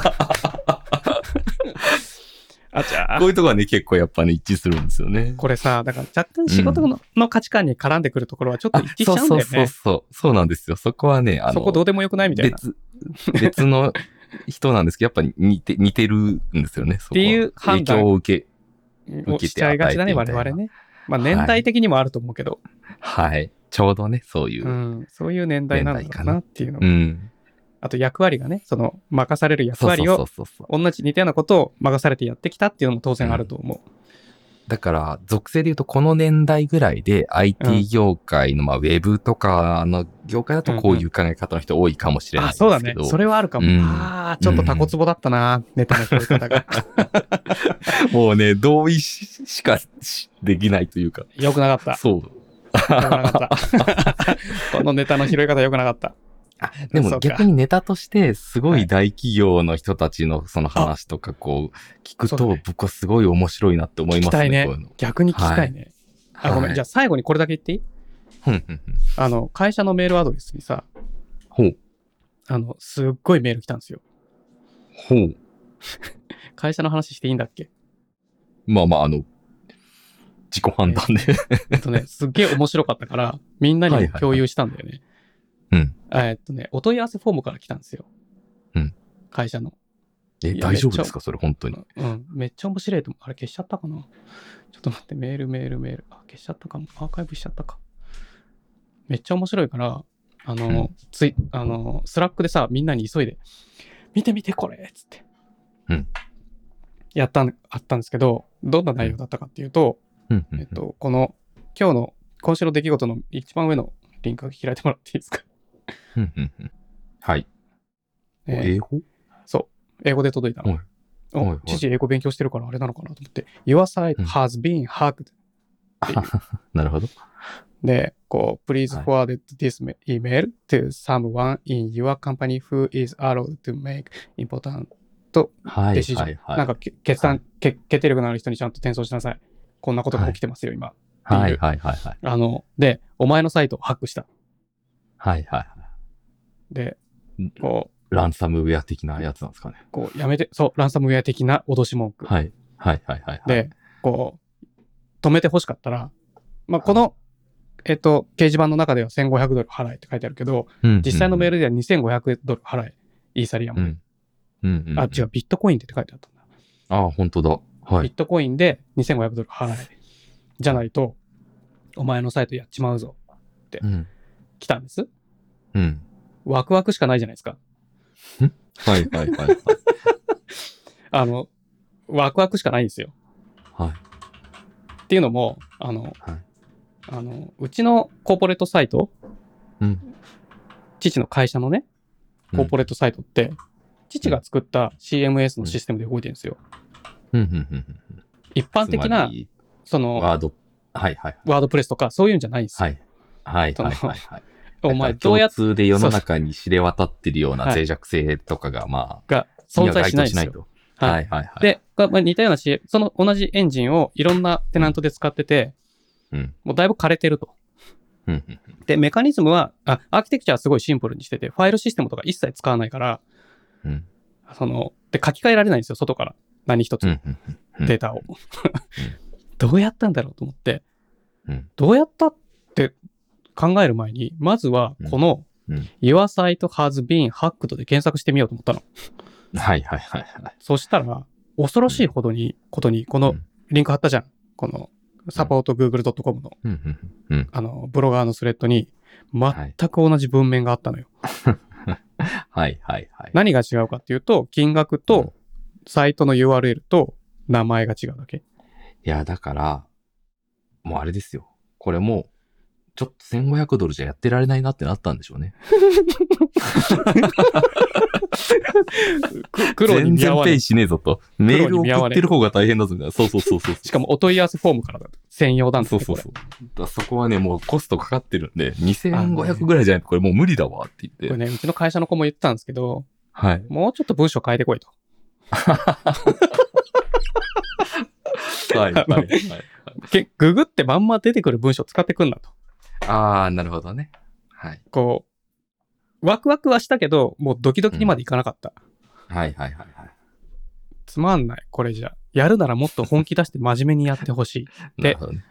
あちゃこういうとこはね、結構やっぱね、一致するんですよね。 これさ、だから若干仕事の,、うん、の価値観に絡んでくるところはちょっと一致しちゃうんだよね。 そうそうそうそう。そうなんですよ。そこはね、あの、 そこどうでもよくないみたいな。 別、別の人なんですけど、やっぱり似て、似てるんですよね。そこはっていう判断影響を受け、 受けてしちゃいがちだね、我々ね。まあ年代的にもあると思うけど。 はい。はい、ちょうどね、そういう。 うん。そういう年代なんだろうなっていうの。 うん。 あと役割がね、その任される役割を同じ似たようなことを任されてやってきたっていうのも当然あると思う。うん、 だから属性で言うとこの年代ぐらいで アイティー 業界の、まあウェブとかの業界だとこういう考え方の人多いかもしれないですけど。 うんうん、あ、そうだね。それはあるかも。うん、ああ、ちょっとタコツボだったな、うん、ネタの拾い方が。 もうね、同意しかできないというか。 よくなかった。 そう。 よくなかった。このネタの拾い方よくなかった。 あ、でも逆にネタとしてすごい大企業の人たちのその話とかこう聞くと、ね、僕はすごい面白いなって思いますね。 聞きたいね。 こういうの逆に聞きたいね。はい、あ、ごめん、はい。じゃあ最後にこれだけ言っていい？あの、会社のメールアドレスにさ、 ほう。 あの、すっごいメール来たんですよ。 ほう。 会社の話していいんだっけ？ まあまあ、あの、自己判断で。 えっとね、すっげえ面白かったから、みんなにも共有したんだよね。はいはいはい、うん。えっとね、お問い合わせフォームから来たんですよ。 うん。 会社の。 え、大丈夫ですかそれ本当に。 うん。めっちゃ面白いと思う。あれ消しちゃったかな？ちょっと待って、メールメールメール。あ、消しちゃったかも。アーカイブしちゃったか。めっちゃ面白いから、あの、うん、つい、あの、スラックでさ、みんなに急いで、見て見てこれっつって。 うん。 やったん、あったんですけど、どんな内容だったかっていうと、 うん、 えっと、この、今日の、今週の出来事の一番上のリンクを開いてもらっていいですか？ うんうんうん、はい。えー、英語？ そう。英語で届いたの。おい父英語勉強してるからあれなのかなと思って。Your site has been hacked、うん、 なるほど。 で、こう、Please forward this email to someone in your company who is allowed to make important decision、はいはいはい、なんか決断、はい、決定力のある人にちゃんと転送しなさい。こんなことが起きてますよ、はい、今。 はいはいはいはい。 あの、で、お前のサイトをハックした。 はいはいはい。 で、こう、ランサムウェア的なやつなんですかね。 こう、やめて、そう、ランサムウェア的な脅し文句。 はい。はいはいはい、はい。 で、こう、止めて欲しかったら、まあ、この、はい、えっと、掲示板の中ではせんごひゃくドル払えって書いてあるけど、うんうんうん、実際のメールではにせんごひゃくドル払え、イーサリアム。うんうんうんうん、あ、違う、ビットコインでって書いてあったんだ。 ああ、本当だ。はい。 ビットコインでにせんごひゃくドル払え。じゃないと、お前のサイトやっちまうぞって、来たんです。 うん。 ワクワクしかないじゃないですか。 はいはいはい、はい。 あの、ワクワクしかないんですよ。 はい。 っていうのも、あの、はい、あの、うちのコーポレートサイト、 うん、 父の会社のね、コーポレートサイトって、うん、父が作った シーエムエス のシステムで動いてるんですよ。 うんうんうんうん、 一般的な、その、 ワード、はいはい。 ワードプレスとかそういうんじゃないんですよ。 はい。はいはいはいはい。 お前どうやって共通で世の中に知れ渡ってるような脆弱性とかが、まあ、 が存在しないんですよ。 はいはいはい。 で、まあ、似たようなし、その同じエンジンをいろんなテナントで使ってて、 うん、 もうだいぶ枯れてると。 うん、 で、メカニズムはあ、アーキテクチャはすごいシンプルにしてて、ファイルシステムとか一切使わないから、 うん、 その、で、書き換えられないんですよ、外から。何一つ、データを。どうやったんだろうと思って、 うん、 どうやったって考える前に、まずはこの、 うんうん、 Your site has been hacked で検索してみようと思ったの。 はいはいはいはい。 そしたら、恐ろしいほどに、ことに、このリンク貼ったじゃん。この、サポート グーグルドットコム の、 うんうん、 あの、ブロガーのスレッドに、全く同じ文面があったのよ。 はいはいはい。 何が違うかっていうと、金額と、サイトの ユーアールエル と名前が違うだけ。 いや、だから、もうあれですよ。これも、ちょっとせんごひゃくドルじゃやってられないなってなったんでしょうね。 く黒に全見合わない。 然ペイしねえぞと。メール送ってる方が大変だぞみたいな。そうそうそうそう。 しかもお問い合わせフォームからだと専用なんですね。 そうそうそう。だそこはね、もうコストかかってるんで、にせんごひゃくぐらいじゃないとこれもう無理だわって言って。 これね、うちの会社の子も言ってたんですけど、 はい。 もうちょっと文章変えてこいと。 はい、はい、はい。 けググってまんま出てくる文章使ってくんなと。 ああ、なるほどね。はい。 こう、ワクワクはしたけど、もうドキドキにまでいかなかった。 うん、はい、はい、はい。 つまんない、これじゃ。やるならもっと本気出して真面目にやってほしいって、ね、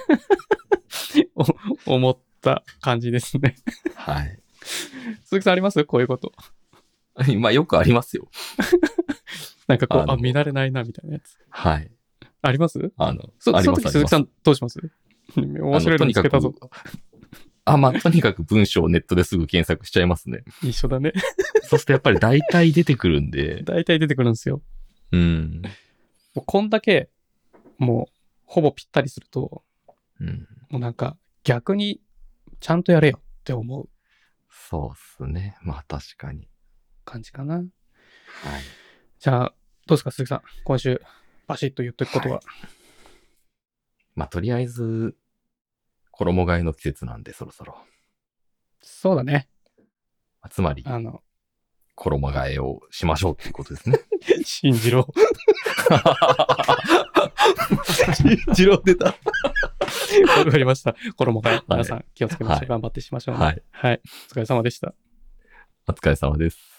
思った感じですね。 はい。 鈴木さんありますこういうこと。 まあよくありますよ。 なんかこう、あ、見慣れないなみたいなやつ。 はい。 ありますあの、 そ、その時鈴木さんどうします面白いの見つけたぞ。 あ、まあ、とにかく文章をネットですぐ検索しちゃいますね。 一緒だね。 そうするとやっぱり大体出てくるんで。 大体出てくるんですよ。 うん。 もうこんだけ、もう、ほぼぴったりすると、 うん、 もうなんか、逆に、ちゃんとやれよって思う。 そうっすね。まあ確かに。 感じかな。はい。 じゃあ、どうですか、鈴木さん。今週、バシッと言っとくことは。はい、 まあとりあえず、衣替えの季節なんで、そろそろ。 そうだね。 つまり、 あの、 衣替えをしましょうっていうことですね。 信じろ。信じろ出た。わかりました。衣替え。皆さん気をつけましょう。はい、頑張ってしましょうね。はい。はい。お疲れ様でした。 お疲れ様です。